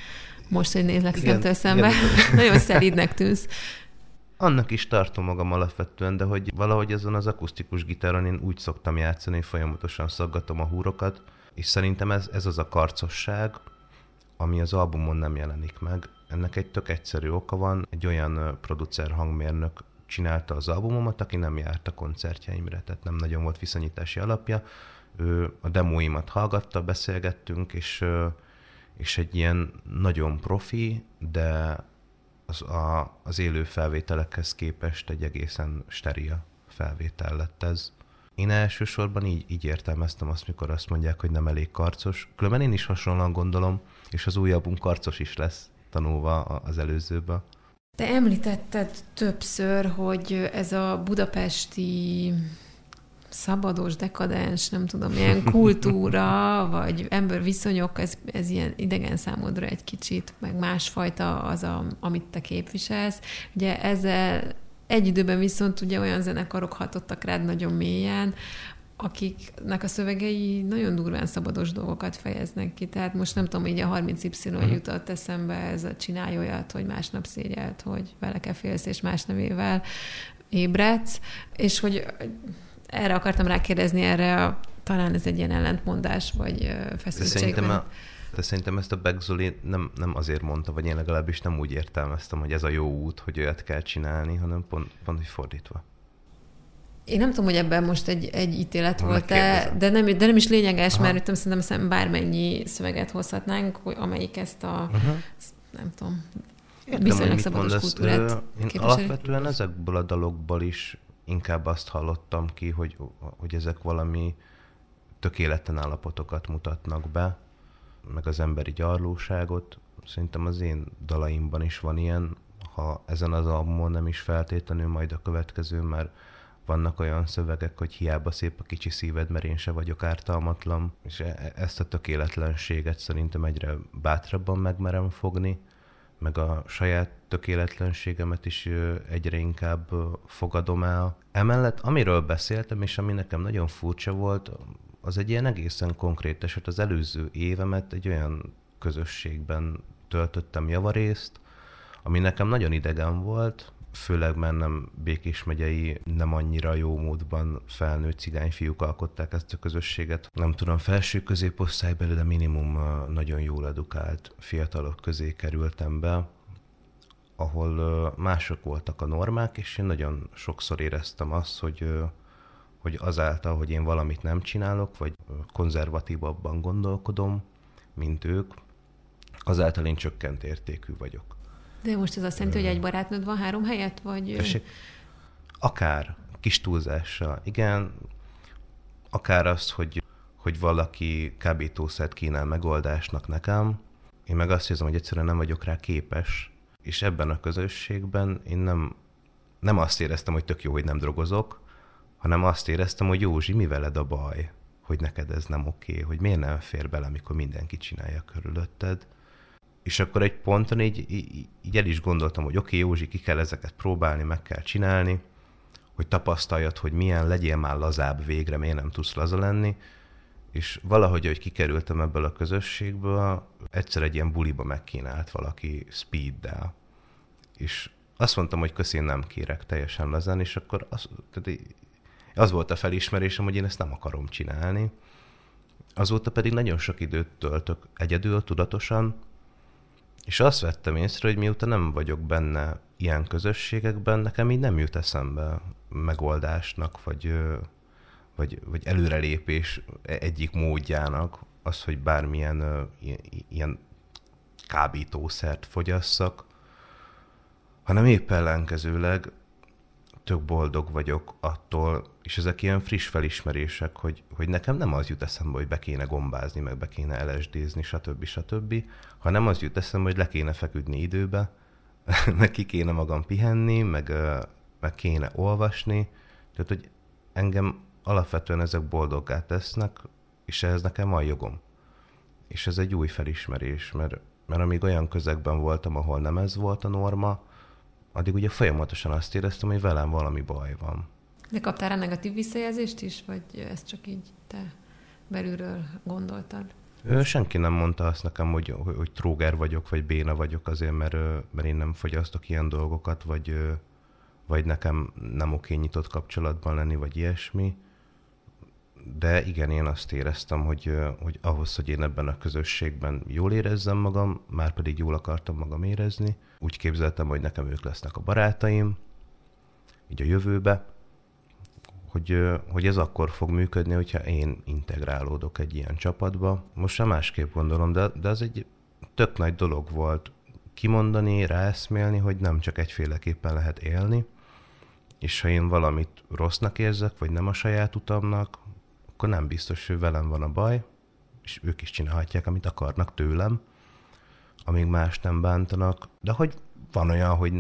most, hogy nézlek szemtől szembe. Nagyon szelídnek tűnsz. Annak is tartom magam alapvetően, de hogy valahogy azon az akusztikus gitáron én úgy szoktam játszani, hogy folyamatosan szaggatom a húrokat, és szerintem ez az a karcosság, ami az albumon nem jelenik meg. Ennek egy tök egyszerű oka van, egy olyan producer hangmérnök csinálta az albumomat, aki nem járt a koncertjeimre, tehát nem nagyon volt viszonyítási alapja. Ő a demóimat hallgatta, beszélgettünk, és egy ilyen nagyon profi, de az élő felvételekhez képest egy egészen steril felvétel lett ez. Én elsősorban így értelmeztem azt, mikor azt mondják, hogy nem elég karcos. Különben én is hasonlóan gondolom, és az új album karcos is lesz, tanulva az előzőbe. Te említetted többször, hogy ez a budapesti szabados, dekadens, nem tudom, milyen kultúra, vagy emberviszonyok, ez ilyen idegen számodra egy kicsit, meg másfajta az, amit te képviselsz. Ugye ezzel egy időben viszont ugye olyan zenekarok hatottak rád nagyon mélyen, akiknek a szövegei nagyon durván szabados dolgokat fejeznek ki. Tehát most nem tudom, így a 30Y jutott eszembe, ez a csinálj olyat, hogy másnap szégyelt, hogy vele kell félsz, és más nevével ébredsz, és hogy erre akartam rákérdezni, talán ez egy ilyen ellentmondás, vagy feszültség. De szerintem ezt a Beck Zoli nem azért mondta, vagy én legalábbis nem úgy értelmeztem, hogy ez a jó út, hogy olyat kell csinálni, hanem pont hogy fordítva. Én nem tudom, hogy ebben most egy ítélet volt-e, de nem is lényeges, aha, mert szerintem bármennyi szöveget hozhatnánk, amelyik ezt a, nem tudom, viszonylag szabados kultúrát képviseli. Alapvetően ezekből a dalokból is inkább azt hallottam ki, hogy ezek valami tökéletlen állapotokat mutatnak be, meg az emberi gyarlóságot. Szerintem az én dalaimban is van ilyen, ha ezen az albumon nem is feltétlenül, majd a következő, mert vannak olyan szövegek, hogy hiába szép a kicsi szíved, mert én se vagyok ártalmatlan, és ezt a tökéletlenséget szerintem egyre bátrabban megmerem fogni, meg a saját tökéletlenségemet is egyre inkább fogadom el. Emellett, amiről beszéltem, és ami nekem nagyon furcsa volt, az egy ilyen egészen konkrét eset. Az előző évemet egy olyan közösségben töltöttem javarészt, ami nekem nagyon idegen volt, főleg mert nem Békés megyei, nem annyira jó módban felnőtt cigányfiúk alkották ezt a közösséget. Nem tudom, felső középosztálybeli, de minimum nagyon jól edukált fiatalok közé kerültem be, ahol mások voltak a normák, és én nagyon sokszor éreztem azt, hogy azáltal, hogy én valamit nem csinálok, vagy konzervatívabban gondolkodom, mint ők, azáltal én csökkent értékű vagyok. De most ez azt jelenti, hogy egy barátnőd van 3 helyett, vagy... Akár. kis túlzással. Igen, akár az, hogy valaki kábítószert kínál megoldásnak nekem, én meg azt érzem, hogy egyszerűen nem vagyok rá képes, és ebben a közösségben én nem azt éreztem, hogy tök jó, hogy nem drogozok, hanem azt éreztem, hogy Józsi, mi veled a baj, hogy neked ez nem oké, hogy miért nem fér bele, amikor mindenki csinálja körülötted. És akkor egy ponton így el is gondoltam, hogy oké, Józsi, ki kell ezeket próbálni, meg kell csinálni, hogy tapasztaljad, hogy milyen, legyél már lazább végre, miért nem tudsz laza lenni. És valahogy, hogy kikerültem ebből a közösségből, egyszer egy ilyen buliba megkínált valaki speeddel. És azt mondtam, hogy köszi, én nem kérek teljesen lazán, és akkor az volt a felismerésem, hogy én ezt nem akarom csinálni. Azóta pedig nagyon sok időt töltök egyedül, tudatosan, és azt vettem észre, hogy mióta nem vagyok benne ilyen közösségekben, nekem így nem jut eszembe megoldásnak, vagy előrelépés egyik módjának az, hogy bármilyen ilyen kábítószert fogyasszak, hanem épp ellenkezőleg tök boldog vagyok attól, és ezek ilyen friss felismerések, hogy nekem nem az jut eszembe, hogy be kéne gombázni, meg be kéne LSD-zni, stb., hanem az jut eszembe, hogy le kéne feküdni időbe, meg ki kéne magam pihenni, meg kéne olvasni. Tehát, hogy engem alapvetően ezek boldoggá tesznek, és ehhez nekem van jogom. És ez egy új felismerés, mert amíg olyan közegben voltam, ahol nem ez volt a norma, addig ugye folyamatosan azt éreztem, hogy velem valami baj van. De kaptál rá negatív visszajelzést is, vagy ezt csak így te belülről gondoltad? Senki nem mondta azt nekem, hogy tróger vagyok, vagy béna vagyok azért, mert én nem fogyasztok ilyen dolgokat, vagy nekem nem oké nyitott kapcsolatban lenni, vagy ilyesmi. De igen, én azt éreztem, hogy ahhoz, hogy én ebben a közösségben jól érezzem magam, már pedig jól akartam magam érezni, úgy képzeltem, hogy nekem ők lesznek a barátaim, így a jövőbe, hogy ez akkor fog működni, hogyha én integrálódok egy ilyen csapatba. Most sem másképp gondolom, de az egy tök nagy dolog volt kimondani, ráeszmélni, hogy nem csak egyféleképpen lehet élni, és ha én valamit rossznak érzek, vagy nem a saját utamnak, akkor nem biztos, hogy velem van a baj, és ők is csinálhatják, amit akarnak tőlem, amíg más nem bántanak. De hogy van olyan, hogy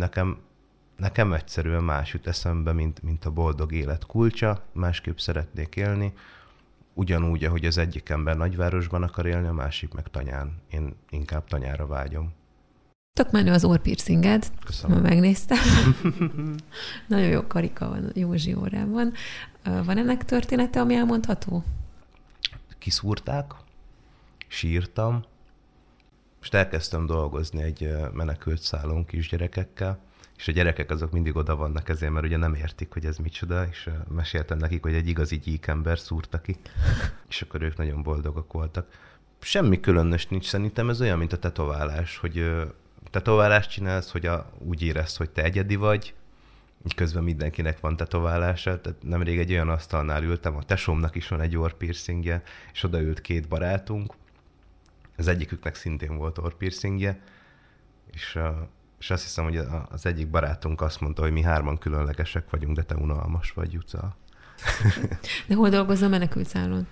nekem egyszerűen más jut eszembe, mint a boldog élet kulcsa, másképp szeretnék élni, ugyanúgy, ahogy az egyik ember nagyvárosban akar élni, a másik meg Tanyán. Én inkább Tanyára vágyom. Tök menő az orrpiercinged. Köszönöm. Megnéztem. Nagyon jó karika van Józsi órában. Van ennek története, ami elmondható? Kiszúrták, sírtam, most elkezdtem dolgozni egy menekült szálon kisgyerekekkel, és a gyerekek azok mindig oda vannak ezért, mert ugye nem értik, hogy ez micsoda, és meséltem nekik, hogy egy igazi gyíkember szúrta ki, és akkor ők nagyon boldogok voltak. Semmi különös nincs, szerintem ez olyan, mint a tetoválás, hogy tetoválást csinálsz, hogy úgy érezd, hogy te egyedi vagy, így közben mindenkinek van tetoválása. Tehát nemrég egy olyan asztalnál ültem, a tesómnak is van egy orrpiercingje, és odaült két barátunk, az egyiküknek szintén volt orrpiercingje, és azt hiszem, hogy az egyik barátunk azt mondta, hogy mi hárman különlegesek vagyunk, de te unalmas vagy, Juca. De hol dolgozol menekültszálon?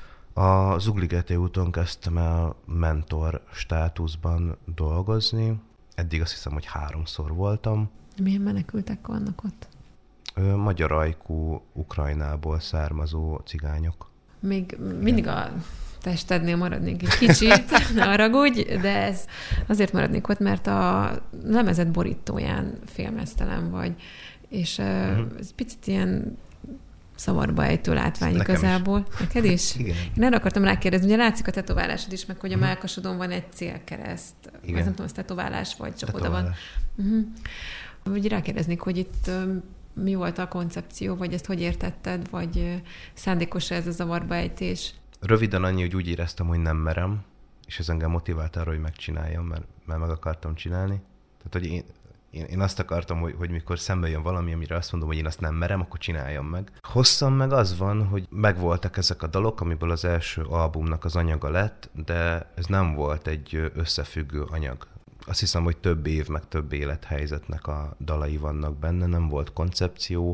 A Zugligeti úton kezdtem el mentor státuszban dolgozni. Eddig azt hiszem, hogy 3-szor voltam. Milyen menekültek vannak ott? Magyar ajkú, Ukrajnából származó cigányok. Még mindig a testednél maradnék egy kicsit, ne haragudj, de ez azért maradnék ott, mert a lemezet borítóján félmeztelen vagy, és ez picit ilyen szavarba ejtő látvány igazából. Neked is? Igen. Én erre akartam rákérdezni, ugye látszik a tetoválásod is, meg hogy a melkasodon van egy célkereszt. Igen. Ez nem tudom, ez tetoválás vagy, csak oda van. Úgy rákérdeznék, hogy itt mi volt a koncepció, vagy ezt hogy értetted, vagy szándékos ez a zavarba ejtés? Röviden annyi, hogy úgy éreztem, hogy nem merem, és ez engem motivált arra, hogy megcsináljam, mert meg akartam csinálni. Tehát, hogy én azt akartam, hogy mikor szembe jön valami, amire azt mondom, hogy én azt nem merem, akkor csináljam meg. Hosszan meg az van, hogy megvoltak ezek a dalok, amiből az első albumnak az anyaga lett, de ez nem volt egy összefüggő anyag. Azt hiszem, hogy több év, meg több élethelyzetnek a dalai vannak benne, nem volt koncepció,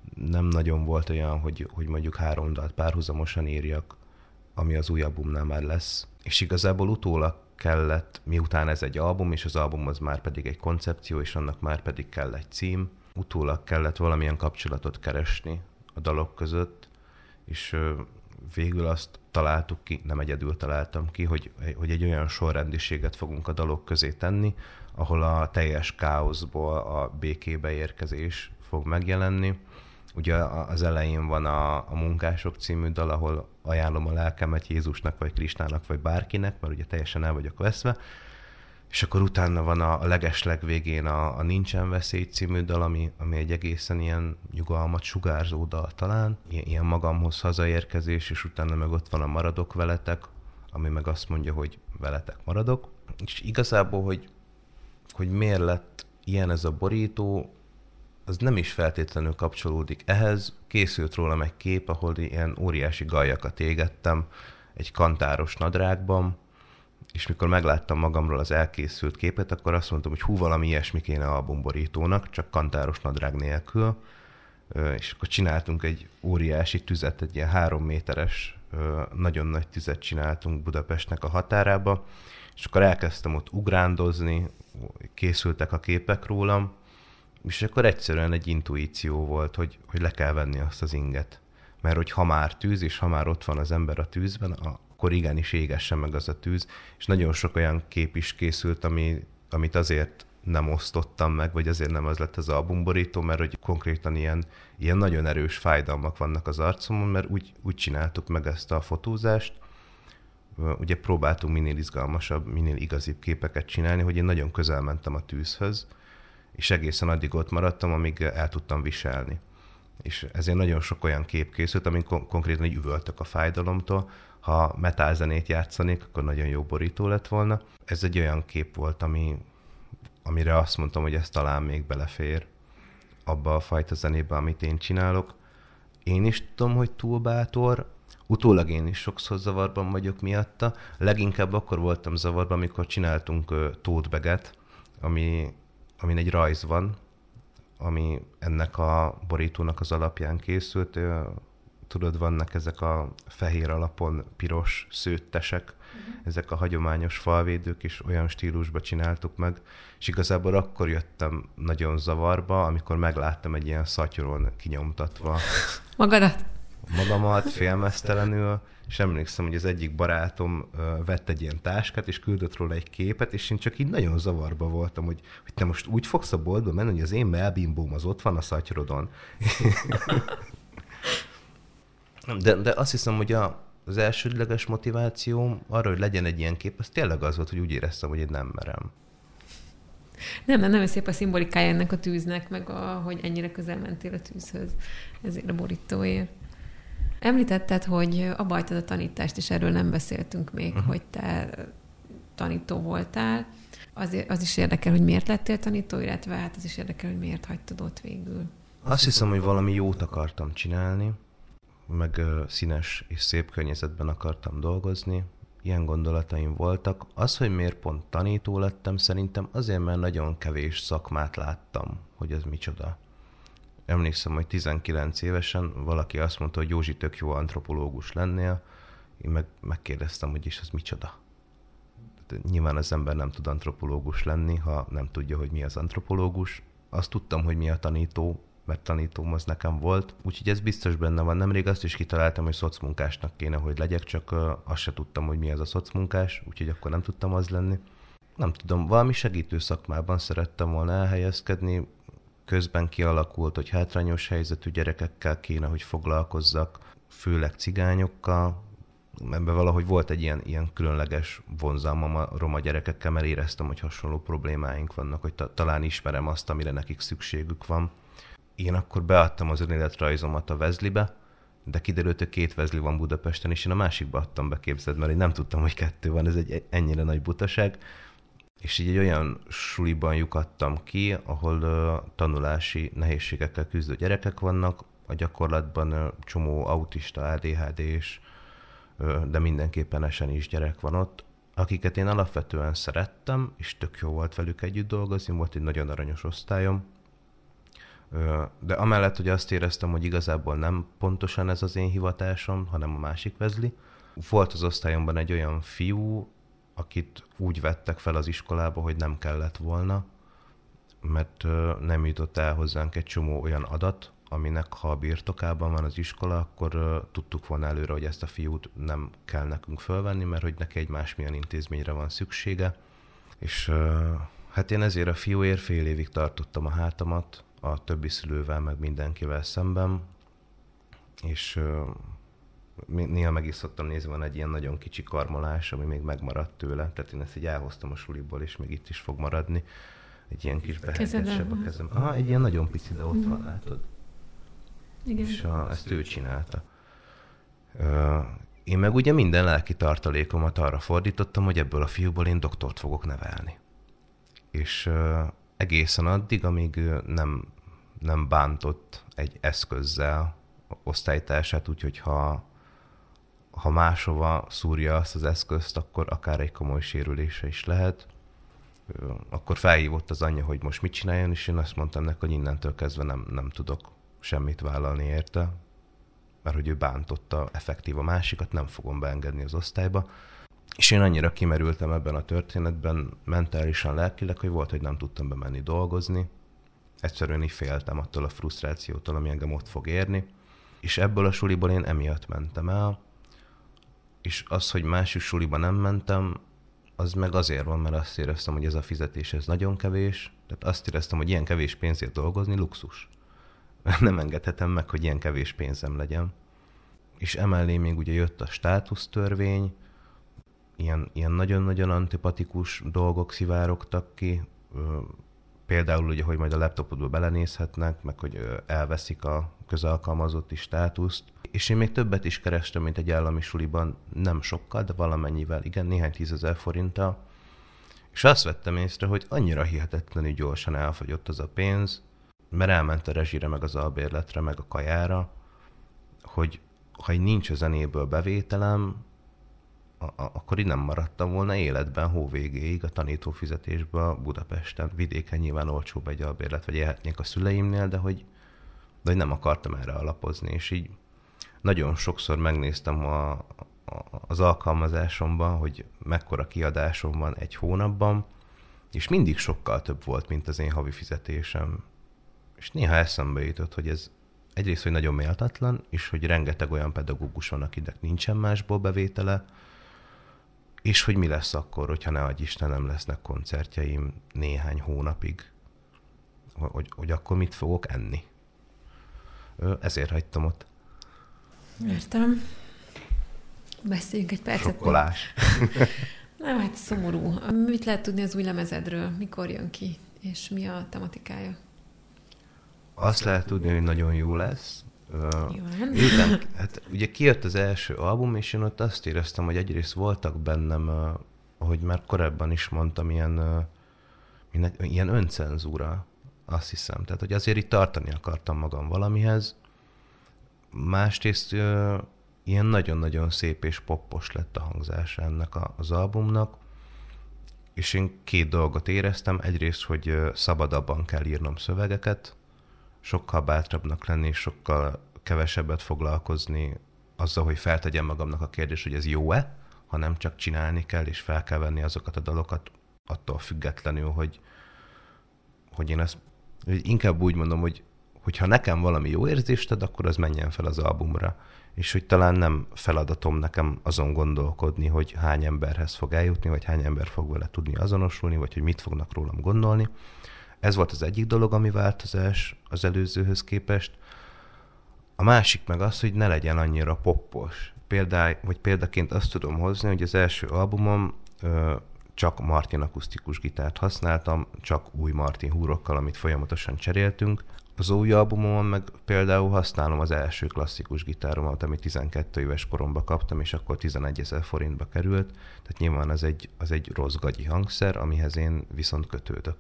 nem nagyon volt olyan, hogy mondjuk 3 dalt párhuzamosan írjak, ami az új albumnál már lesz. És igazából utólag kellett, miután ez egy album, és az album az már pedig egy koncepció, és annak már pedig kell egy cím, utólag kellett valamilyen kapcsolatot keresni a dalok között, és végül azt találtuk ki, nem egyedül találtam ki, hogy egy olyan sorrendiséget fogunk a dalok közé tenni, ahol a teljes káoszból a békébe érkezés fog megjelenni. Ugye az elején van a Munkások című dal, ahol ajánlom a lelkemet Jézusnak, vagy Krisnának, vagy bárkinek, mert ugye teljesen el vagyok veszve. És akkor utána van a legesleg végén a Nincsen veszély című dal, ami egy egészen ilyen nyugalmat sugárzó dal talán, ilyen magamhoz hazaérkezés, és utána meg ott van a Maradok veletek, ami meg azt mondja, hogy veletek maradok. És igazából, hogy miért lett ilyen ez a borító, az nem is feltétlenül kapcsolódik ehhez. Készült rólam egy kép, ahol ilyen óriási galjakat égettem egy kantáros nadrágban, és mikor megláttam magamról az elkészült képet, akkor azt mondtam, hogy hú, valami ilyesmi kéne albumborítónak, csak kantáros nadrág nélkül. És akkor csináltunk egy óriási tüzet, egy ilyen 3 méteres, nagyon nagy tüzet csináltunk Budapestnek a határába, és akkor elkezdtem ott ugrándozni, készültek a képek rólam, és akkor egyszerűen egy intuíció volt, hogy le kell venni azt az inget. Mert hogy ha már tűz, és ha már ott van az ember a tűzben, akkor igenis égessen meg az a tűz. És nagyon sok olyan kép is készült, amit azért nem osztottam meg, vagy azért nem az lett az albumborító, mert hogy konkrétan ilyen nagyon erős fájdalmak vannak az arcomon, mert úgy csináltuk meg ezt a fotózást. Ugye próbáltunk minél izgalmasabb, minél igazibb képeket csinálni, hogy én nagyon közel mentem a tűzhöz, és egészen addig ott maradtam, amíg el tudtam viselni. És ezért nagyon sok olyan kép készült, amin konkrétan így üvöltök a fájdalomtól. Ha metálzenét játszanék, akkor nagyon jó borító lett volna. Ez egy olyan kép volt, amire azt mondtam, hogy ez talán még belefér abba a fajta zenébe, amit én csinálok. Én is tudom, hogy túl bátor, utólag én is sokszor zavarban vagyok miatta. Leginkább akkor voltam zavarban, amikor csináltunk tote baget, amin egy rajz van, ami ennek a borítónak az alapján készült. Tudod, vannak ezek a fehér alapon piros szőttesek, ezek a hagyományos falvédők, és olyan stílusba csináltuk meg, és igazából akkor jöttem nagyon zavarba, amikor megláttam egy ilyen szatyoron kinyomtatva magamat félmeztelenül, és emlékszem, hogy az egyik barátom vett egy ilyen táskát, és küldött róla egy képet, és én csak így nagyon zavarba voltam, hogy te most úgy fogsz a boltba menni, hogy az én melbimbóm az ott van a szatyrodon. De azt hiszem, hogy az elsődleges motiváció arra, hogy legyen egy ilyen kép, az tényleg az volt, hogy úgy éreztem, hogy én nem merem. Nem szép a szimbolikája ennek a tűznek, meg hogy ennyire közel mentél a tűzhöz, ezért a borítóért. Említetted, hogy abba hagytad a tanítást, és erről nem beszéltünk még, hogy te tanító voltál. Az is érdekel, hogy miért lettél tanító, illetve hát az is érdekel, hogy miért hagytad ott végül. Azt hiszem, hogy valami jót akartam csinálni, meg színes és szép környezetben akartam dolgozni. Ilyen gondolataim voltak. Az, hogy miért pont tanító lettem, szerintem azért, mert nagyon kevés szakmát láttam, hogy ez micsoda. Emlékszem, hogy 19 évesen valaki azt mondta, hogy Józsi, tök jó antropológus lennél. Én megkérdeztem, hogy is az micsoda. Nyilván az ember nem tud antropológus lenni, ha nem tudja, hogy mi az antropológus. Azt tudtam, hogy mi a tanító, mert tanítóm az nekem volt. Úgyhogy ez biztos benne van. Nemrég azt is kitaláltam, hogy szocmunkásnak kéne, hogy legyek, csak azt se tudtam, hogy mi az a szocmunkás, úgyhogy akkor nem tudtam az lenni. Nem tudom, valami segítő szakmában szerettem volna elhelyezkedni. Közben kialakult, hogy hátrányos helyzetű gyerekekkel kéne, hogy foglalkozzak, főleg cigányokkal. Ebben valahogy volt egy ilyen különleges vonzalmam a roma gyerekekkel, mert éreztem, hogy hasonló problémáink vannak, hogy talán ismerem azt, amire nekik szükségük van. Én akkor beadtam az önéletrajzomat a Vezlibe, de kiderült, hogy 2 Vezli van Budapesten, és én a másikba adtam be, képzeld, mert én nem tudtam, hogy 2 van, ez egy ennyire nagy butaság. És így egy olyan suliban lyukadtam ki, ahol tanulási nehézségekkel küzdő gyerekek vannak, a gyakorlatban csomó autista, ADHD-s, de mindenképpen esen is gyerek van ott, akiket én alapvetően szerettem, és tök jó volt velük együtt dolgozni, volt egy nagyon aranyos osztályom, De amellett, hogy azt éreztem, hogy igazából nem pontosan ez az én hivatásom, hanem a másik Wesley. Volt az osztályomban egy olyan fiú, akit úgy vettek fel az iskolába, hogy nem kellett volna, mert nem jutott el hozzánk egy csomó olyan adat, aminek ha a birtokában van az iskola, akkor tudtuk volna előre, hogy ezt a fiút nem kell nekünk fölvenni, mert hogy neki egy másmilyen intézményre van szüksége. És hát én ezért a fiúért fél évig tartottam a hátamat, a többi szülővel, meg mindenkivel szemben, és néha meg is szoktam nézni, van egy ilyen nagyon kicsi karmolás, ami még megmaradt tőle, tehát én ezt így elhoztam a suliból, és még itt is fog maradni. Egy ilyen kis behengesebb a kezem. Egy ilyen nagyon pici, de ott van, látod? Igen. És ezt ő csinálta. Én meg ugye minden lelki tartalékomat arra fordítottam, hogy ebből a fiúból én doktort fogok nevelni. És egészen addig, amíg nem bántott egy eszközzel osztálytársát, úgyhogy ha máshova szúrja azt az eszközt, akkor akár egy komoly sérülése is lehet. Akkor felhívott az anyja, hogy most mit csináljon, és én azt mondtam neki, hogy innentől kezdve nem tudok semmit vállalni érte, mert hogy ő bántotta effektív a másikat, nem fogom beengedni az osztályba. És én annyira kimerültem ebben a történetben mentálisan, lelkileg, hogy volt, hogy nem tudtam bemenni dolgozni. Egyszerűen így féltem attól a frusztrációtól, ami engem ott fog érni. És ebből a suliból én emiatt mentem el, és az, hogy másik suliba nem mentem, az meg azért van, mert azt éreztem, hogy ez a fizetés ez nagyon kevés. Tehát azt éreztem, hogy ilyen kevés pénzért dolgozni luxus. Nem engedhetem meg, hogy ilyen kevés pénzem legyen. És emellé még ugye jött a státusztörvény, ilyen nagyon-nagyon antipatikus dolgok szivárogtak ki. Például ugye, hogy majd a laptopodba belenézhetnek, meg hogy elveszik a közalkalmazotti státuszt. És én még többet is kerestem, mint egy állami suliban, nem sokkal, de valamennyivel, igen, néhány 10 000 forinttal. És azt vettem észre, hogy annyira hihetetlenül gyorsan elfogyott az a pénz, mert elment a rezsire, meg az albérletre, meg a kajára, hogy ha így nincs a zenéből bevételem, akkor így nem maradtam volna életben hóvégéig a tanítófizetésbe Budapesten. Vidéken nyilván olcsóbb egy albérlet, vagy élhetnék a szüleimnél, de hogy nem akartam erre alapozni, és így nagyon sokszor megnéztem az alkalmazásomban, hogy mekkora kiadásom van egy hónapban, és mindig sokkal több volt, mint az én havi fizetésem. És néha eszembe jutott, hogy ez egyrészt, hogy nagyon méltatlan, és hogy rengeteg olyan pedagógus van, akinek nincsen másból bevétele, és hogy mi lesz akkor, hogyha ne adj Isten, nem lesznek koncertjeim néhány hónapig, hogy akkor mit fogok enni. Ezért hagytam ott. Értem. Beszéljünk egy percet. Sokkolás. Nem, hát szomorú. Mit lehet tudni az új lemezedről? Mikor jön ki? És mi a tematikája? Azt lehet tudni, hogy nagyon jó lesz. Hát ugye kijött az első album, és én ott azt éreztem, hogy egyrészt voltak bennem, ahogy már korábban is mondtam, ilyen öncenzúra, azt hiszem. Tehát, hogy azért itt tartani akartam magam valamihez. Másrészt ilyen nagyon-nagyon szép és poppos lett a hangzása ennek az albumnak, és én 2 dolgot éreztem. Egyrészt, hogy szabadabban kell írnom szövegeket, sokkal bátrabbnak lenni, és sokkal kevesebbet foglalkozni azzal, hogy feltegyem magamnak a kérdést, hogy ez jó-e, hanem csak csinálni kell, és fel kell venni azokat a dalokat attól függetlenül, hogy én ezt inkább úgy mondom, hogy ha nekem valami jó érzést ad, akkor az menjen fel az albumra. És hogy talán nem feladatom nekem azon gondolkodni, hogy hány emberhez fog eljutni, vagy hány ember fog vele tudni azonosulni, vagy hogy mit fognak rólam gondolni. Ez volt az egyik dolog, ami változás az előzőhöz képest. A másik meg az, hogy ne legyen annyira poppos. Példaként azt tudom hozni, hogy az első albumom csak Martin akusztikus gitárt használtam, csak új Martin húrokkal, amit folyamatosan cseréltünk. Az új albumomon meg például használom az első klasszikus gitáromat, amit 12 éves koromban kaptam, és akkor 11 000 forintba került. Tehát nyilván az egy rossz gagyi hangszer, amihez én viszont kötődök.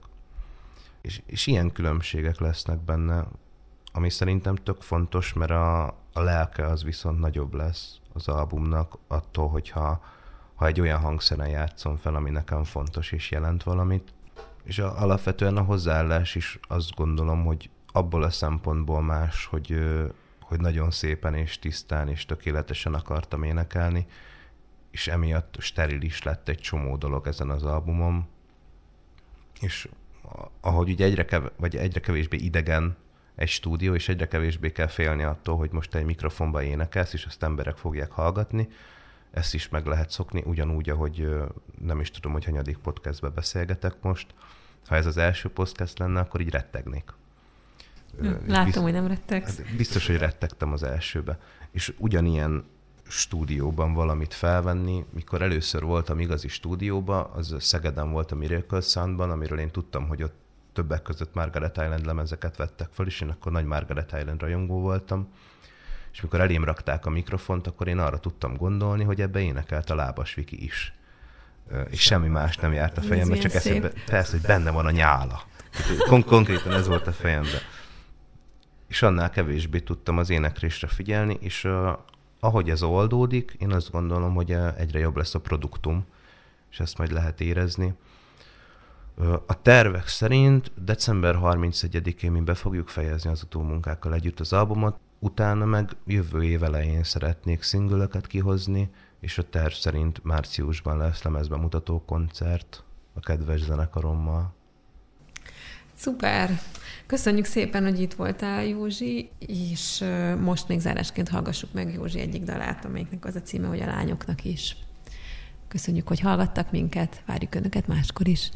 És ilyen különbségek lesznek benne, ami szerintem tök fontos, mert a lelke az viszont nagyobb lesz az albumnak attól, hogyha egy olyan hangszeren játszom fel, ami nekem fontos és jelent valamit. És alapvetően a hozzáállás is azt gondolom, hogy abból a szempontból más, hogy nagyon szépen és tisztán és tökéletesen akartam énekelni, és emiatt steril is lett egy csomó dolog ezen az albumon. És ahogy ugye egyre kevésbé idegen egy stúdió, és egyre kevésbé kell félni attól, hogy most te egy mikrofonba énekelsz, és azt emberek fogják hallgatni, ezt is meg lehet szokni, ugyanúgy, ahogy nem is tudom, hogy hanyadik podcastbe beszélgetek most. Ha ez az első podcast lenne, akkor így rettegnék. Látom, hogy nem rettegsz. Biztos, hogy rettegtem az elsőbe. És ugyanilyen stúdióban valamit felvenni, mikor először voltam igazi stúdióban, az Szegeden volt a Miracle Soundban, amiről én tudtam, hogy ott többek között Margaret Island lemezeket vettek fel, és én akkor nagy Margaret Island rajongó voltam. És mikor elém rakták a mikrofont, akkor én arra tudtam gondolni, hogy ebbe énekelt a Lábas Viki is. És semmi más nem járt a fejembe, csak eszembe, persze, hogy benne van a nyála. Konkrétan ez volt a fejembe. És annál kevésbé tudtam az éneklésre figyelni, és ahogy ez oldódik, én azt gondolom, hogy egyre jobb lesz a produktum, és ezt majd lehet érezni. A tervek szerint december 31-én mi be fogjuk fejezni az utómunkákkal együtt az albumot, utána meg jövő év elején szeretnék szingülöket kihozni, és a terv szerint márciusban lesz lemezbemutató koncert a kedves zenekarommal. Szuper! Köszönjük szépen, hogy itt voltál, Józsi, és most még zárásként hallgassuk meg Józsi egyik dalát, amelyiknek az a címe, hogy a lányoknak is. Köszönjük, hogy hallgattak minket, várjuk Önöket máskor is.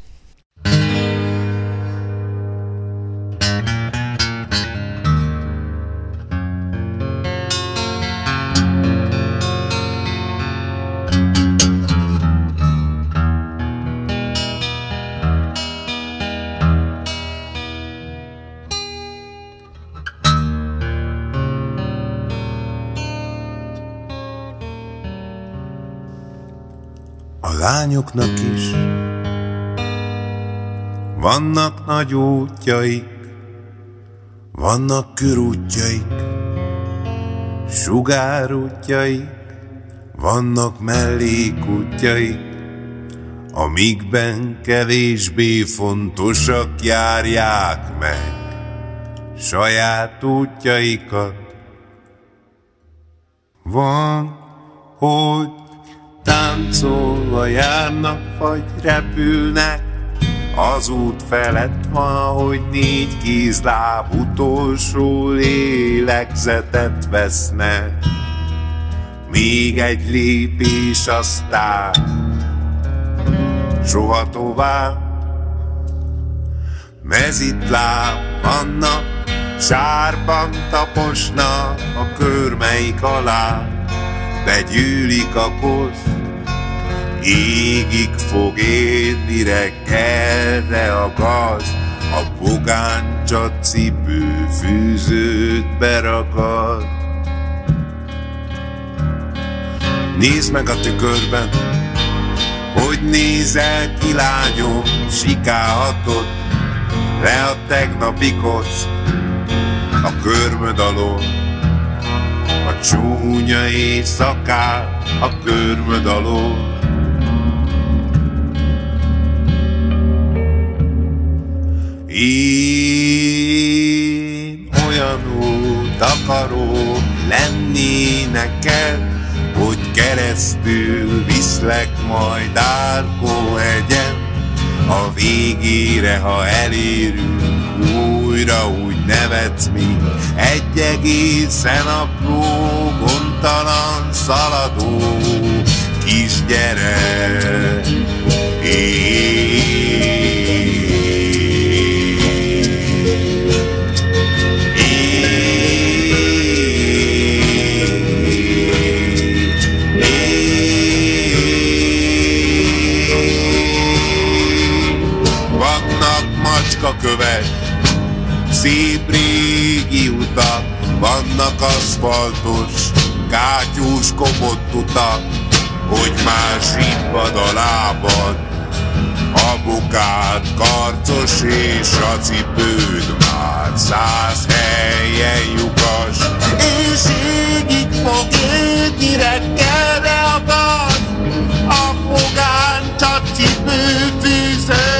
A lányoknak is vannak nagy útjaik, vannak körútjaik, sugárútjaik, vannak mellékútjaik, amikben kevésbé fontosak járják meg saját útjaikat. Van, hogy táncolva járnak, vagy repülnek, az út felett van, hogy 4 kézláb utolsó lélegzetet vesznek. Még egy lépés, aztán soha tovább. Mezitláb vannak, sárban taposnak a körmeik alá, de gyűlik a kosz, égig fog érni reggelre a gaz, a pogáncsa cipő fűzőt beragad. Nézd meg a tükörben, hogy nézel ki, lányom, sikálhatod le a tegnapi kosz a körmöd alól. A csúnya éjszakát a körmöd alól. Én olyan út akarok lenni neked, hogy keresztül viszlek majd Árkó-hegyen. A végére, ha elérünk, újra úgy nevetsz, mint egy egészen apró, gondtalan szaladó kisgyerek. Kövek, szép régi utak, vannak aszfaltos, kátyús kopott utak, hogy már zsibbad a lábad, a bokád karcos és a cipőd már 100 helyen lyukas, és égig fog érni reggelre a gaz, a pogáncsa cipő fűző.